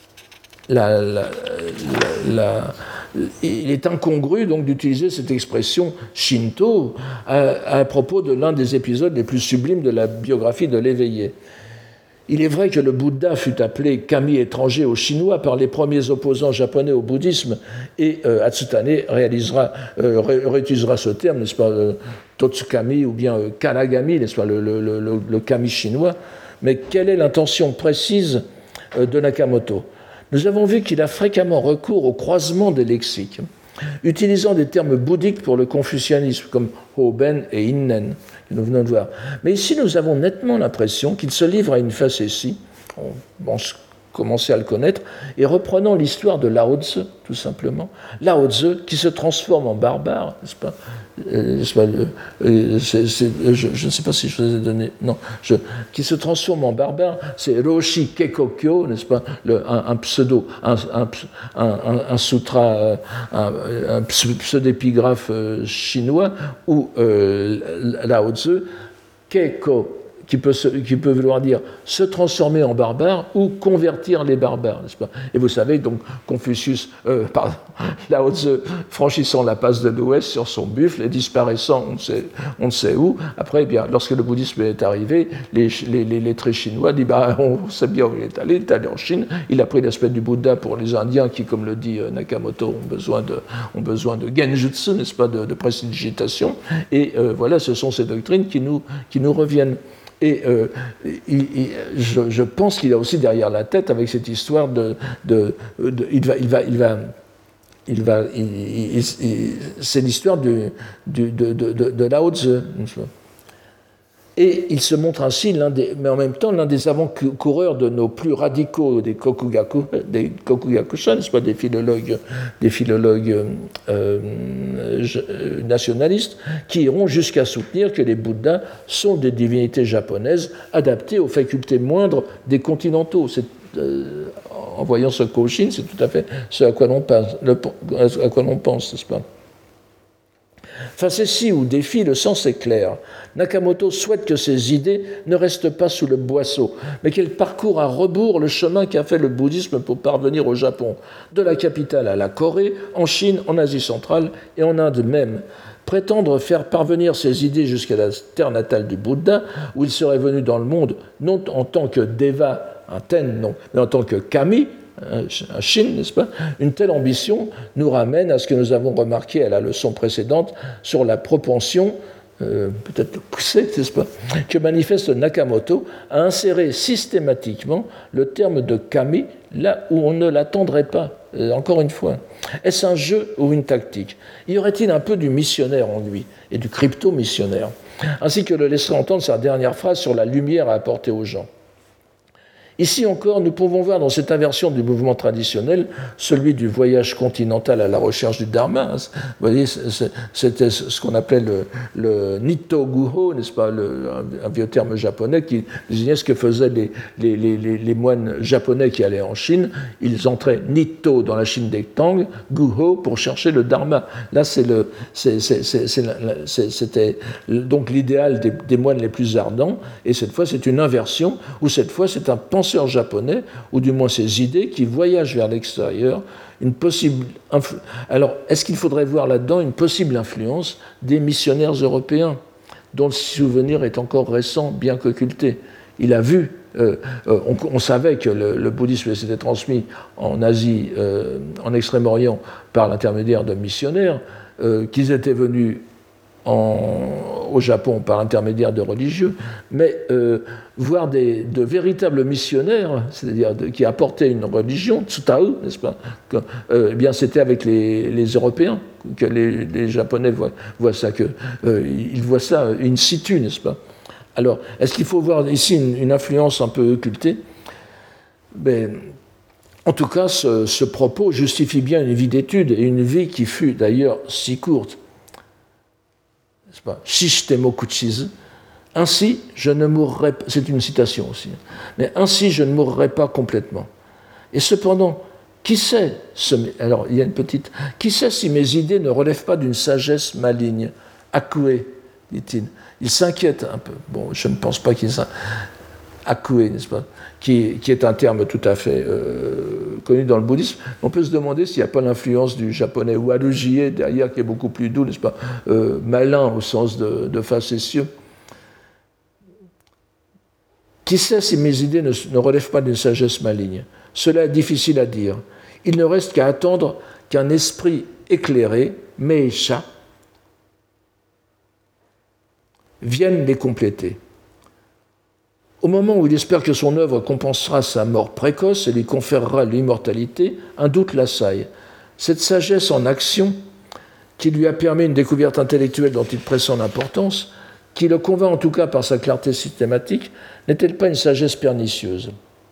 la, la, la, la il est incongru donc d'utiliser cette expression shinto à, à propos de l'un des épisodes les plus sublimes de la biographie de l'éveillé. Il est vrai que le Bouddha fut appelé kami étranger aux Chinois par les premiers opposants japonais au bouddhisme, et euh, Atsutane réalisera, euh, ré, réutilisera ce terme, n'est-ce pas, euh, Totsukami ou bien euh, Kanagami, n'est-ce pas, le, le, le, le kami chinois. Mais quelle est l'intention précise euh, de Nakamoto? Nous avons vu qu'il a fréquemment recours au croisement des lexiques, utilisant des termes bouddhiques pour le confucianisme, comme Hoben et Innen, que nous venons de voir. Mais ici, nous avons nettement l'impression qu'il se livre à une facétie, on pense commencer à le connaître, et reprenant l'histoire de Lao Tzu, tout simplement, Lao Tzu qui se transforme en barbare, n'est-ce pas, euh, n'est-ce pas euh, c'est, c'est, je, je ne sais pas si je vous ai donné, non, je, qui se transforme en barbare, c'est Roshi Kekokyo, n'est-ce pas, le, un, un pseudo, un, un, un, un sutra, un, un pseudo-épigraphe chinois, où euh, Lao Tzu, Keko, Qui peut, se, qui peut vouloir dire se transformer en barbare ou convertir les barbares, n'est-ce pas? Et vous savez, donc, Confucius, euh, pardon, Lao Tzu franchissant la passe de l'Ouest sur son buffle et disparaissant on ne sait, on ne sait où. Après, eh bien, lorsque le bouddhisme est arrivé, les, les, les lettrés chinois disent bah, on sait bien où il est allé, il est allé en Chine, il a pris l'aspect du Bouddha pour les Indiens qui, comme le dit Nakamoto, ont besoin de, ont besoin de genjutsu, n'est-ce pas, de, de prestidigitation. Et euh, voilà, ce sont ces doctrines qui nous, qui nous reviennent. Et euh, il, il, je, je pense qu'il a aussi derrière la tête avec cette histoire de, de, de il va, il va, il va, il va, il, il, il, c'est l'histoire du, du, de, de, de, de Lao Tzu. Et il se montre ainsi, l'un des, mais en même temps, l'un des avant-coureurs de nos plus radicaux des Kokugaku, des Kokugakusha, n'est-ce pas, des philologues, des philologues euh, nationalistes, qui iront jusqu'à soutenir que les Bouddhas sont des divinités japonaises adaptées aux facultés moindres des continentaux. C'est, euh, en voyant ce Kōshin, c'est tout à fait ce à quoi l'on pense, le, à quoi l'on pense, n'est-ce pas? Face à ci ou défi, le sens est clair. Nakamoto souhaite que ses idées ne restent pas sous le boisseau, mais qu'elles parcourent à rebours le chemin qu'a fait le bouddhisme pour parvenir au Japon, de la capitale à la Corée, en Chine, en Asie centrale et en Inde même. Prétendre faire parvenir ses idées jusqu'à la terre natale du Bouddha, où il serait venu dans le monde, non en tant que Deva, un ten, non, mais en tant que Kami, un Shin, n'est-ce pas? Une telle ambition nous ramène à ce que nous avons remarqué à la leçon précédente sur la propension, euh, peut-être poussée, n'est-ce pas, que manifeste Nakamoto à insérer systématiquement le terme de Kami là où on ne l'attendrait pas. Euh, encore une fois, est-ce un jeu ou une tactique? Y aurait-il un peu du missionnaire en lui et du crypto-missionnaire, ainsi que le laisserait entendre sa dernière phrase sur la lumière à apporter aux gens? Ici encore, nous pouvons voir dans cette inversion du mouvement traditionnel, celui du voyage continental à la recherche du Dharma. Vous voyez, c'était ce qu'on appelait le, le Nitto Guho, n'est-ce pas, le, un, un vieux terme japonais qui désignait ce que faisaient les, les, les, les moines japonais qui allaient en Chine. Ils entraient Nitto dans la Chine des Tang, Guho pour chercher le Dharma. Là, c'est le, c'est, c'est, c'est, c'est, c'était donc l'idéal des, des moines les plus ardents, et cette fois, c'est une inversion, où cette fois, c'est un penseur japonais, ou du moins ses idées, qui voyagent vers l'extérieur, une possible influ... Alors, est-ce qu'il faudrait voir là-dedans une possible influence des missionnaires européens, dont le souvenir est encore récent, bien qu'occulté? Il a vu, euh, euh, on, on savait que le, le bouddhisme s'était transmis en Asie, euh, en Extrême-Orient, par l'intermédiaire de missionnaires, euh, qu'ils étaient venus En, au Japon par l'intermédiaire de religieux, mais euh, voir des, de véritables missionnaires, c'est-à-dire de, qui apportaient une religion, Tsutao, n'est-ce pas, que, euh, eh bien c'était avec les, les Européens que les, les Japonais voient, voient ça, que, euh, ils voient ça in situ, n'est-ce pas. Alors, est-ce qu'il faut voir ici une, une influence un peu occultée? Ben, en tout cas, ce, ce propos justifie bien une vie d'étude, et une vie qui fut d'ailleurs si courte. Shishitemo kuchizu. Ainsi, je ne mourrai pas. C'est une citation aussi. Mais ainsi, je ne mourrai pas complètement. Et cependant, qui sait ce, alors, il y a une petite. Qui sait si mes idées ne relèvent pas d'une sagesse maligne? Akue, dit-il. Il s'inquiète un peu. Bon, je ne pense pas qu'il s'inquiète. Akue, n'est-ce pas, qui, qui est un terme tout à fait euh, connu dans le bouddhisme. On peut se demander s'il n'y a pas l'influence du japonais warujie derrière, qui est beaucoup plus doux, n'est-ce pas, euh, malin au sens de, de facétieux. Qui sait si mes idées ne, ne relèvent pas d'une sagesse maligne? Cela est difficile à dire. Il ne reste qu'à attendre qu'un esprit éclairé, Meisha, vienne les compléter. Au moment où il espère que son œuvre compensera sa mort précoce et lui conférera l'immortalité, un doute l'assaille. Cette sagesse en action, qui lui a permis une découverte intellectuelle dont il pressent l'importance, qui le convainc en tout cas par sa clarté systématique, n'est-elle pas une sagesse pernicieuse?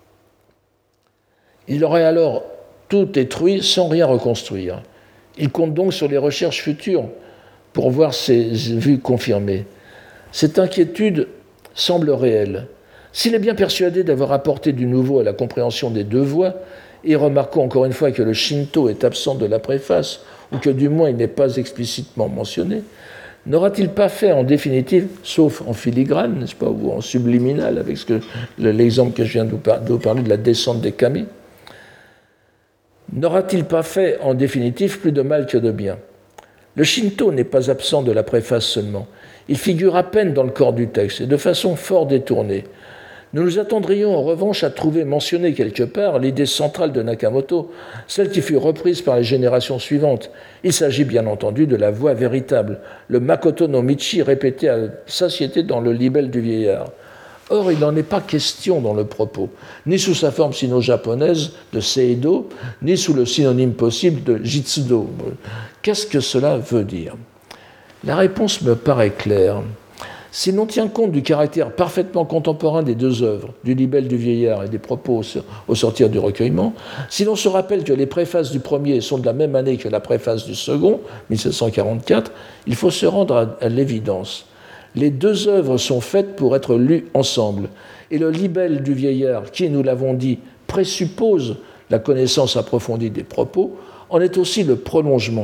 Il aurait alors tout détruit sans rien reconstruire. Il compte donc sur les recherches futures pour voir ses vues confirmées. Cette inquiétude semble réelle. S'il est bien persuadé d'avoir apporté du nouveau à la compréhension des deux voies, et remarquons encore une fois que le Shinto est absent de la préface, ou que du moins il n'est pas explicitement mentionné, n'aura-t-il pas fait en définitive, sauf en filigrane, n'est-ce pas, ou en subliminal, avec ce que, l'exemple que je viens de vous parler de la descente des kami, n'aura-t-il pas fait en définitive plus de mal que de bien? Le Shinto n'est pas absent de la préface seulement, il figure à peine dans le corps du texte, et de façon fort détournée. Nous nous attendrions en revanche à trouver mentionnée quelque part l'idée centrale de Nakamoto, celle qui fut reprise par les générations suivantes. Il s'agit bien entendu de la voix véritable, le Makoto no Michi répété à satiété dans le libelle du vieillard. Or, il n'en est pas question dans le propos, ni sous sa forme sino-japonaise de Seido, ni sous le synonyme possible de Jitsudo. Qu'est-ce que cela veut dire? La réponse me paraît claire. Si l'on tient compte du caractère parfaitement contemporain des deux œuvres, du libelle du vieillard et des propos au sortir du recueillement, si l'on se rappelle que les préfaces du premier sont de la même année que la préface du second, mille sept cent quarante-quatre, il faut se rendre à, à l'évidence. Les deux œuvres sont faites pour être lues ensemble, et le libelle du vieillard, qui, nous l'avons dit, présuppose la connaissance approfondie des propos, en est aussi le prolongement.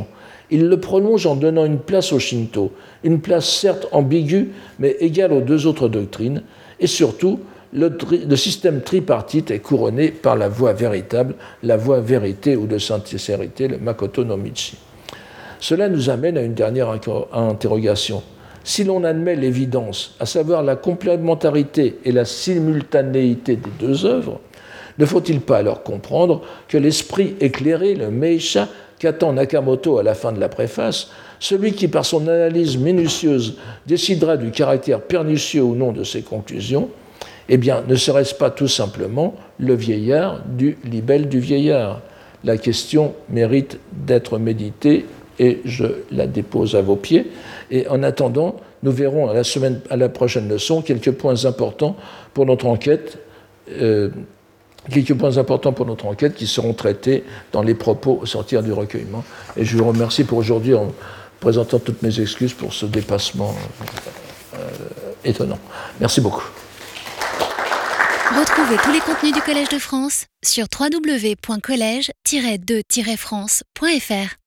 il le prolonge en donnant une place au Shinto, une place certes ambiguë, mais égale aux deux autres doctrines, et surtout, le, tri- le système tripartite est couronné par la voie véritable, la voie vérité ou de sincérité, le Makoto no Michi. Cela nous amène à une dernière interrogation. Si l'on admet l'évidence, à savoir la complémentarité et la simultanéité des deux œuvres, ne faut-il pas alors comprendre que l'esprit éclairé, le Meisha, qu'attend Nakamoto à la fin de la préface, celui qui, par son analyse minutieuse, décidera du caractère pernicieux ou non de ses conclusions, eh bien, ne serait-ce pas tout simplement le vieillard du libelle du vieillard? La question mérite d'être méditée et je la dépose à vos pieds. Et en attendant, nous verrons à la, semaine, à la prochaine leçon quelques points importants pour notre enquête, euh, quelques points importants pour notre enquête qui seront traités dans les propos au sortir du recueillement. Et je vous remercie pour aujourd'hui en présentant toutes mes excuses pour ce dépassement euh, étonnant. Merci beaucoup. Retrouvez tous les contenus du Collège de France sur w w w point collège tiret de tiret france point f r.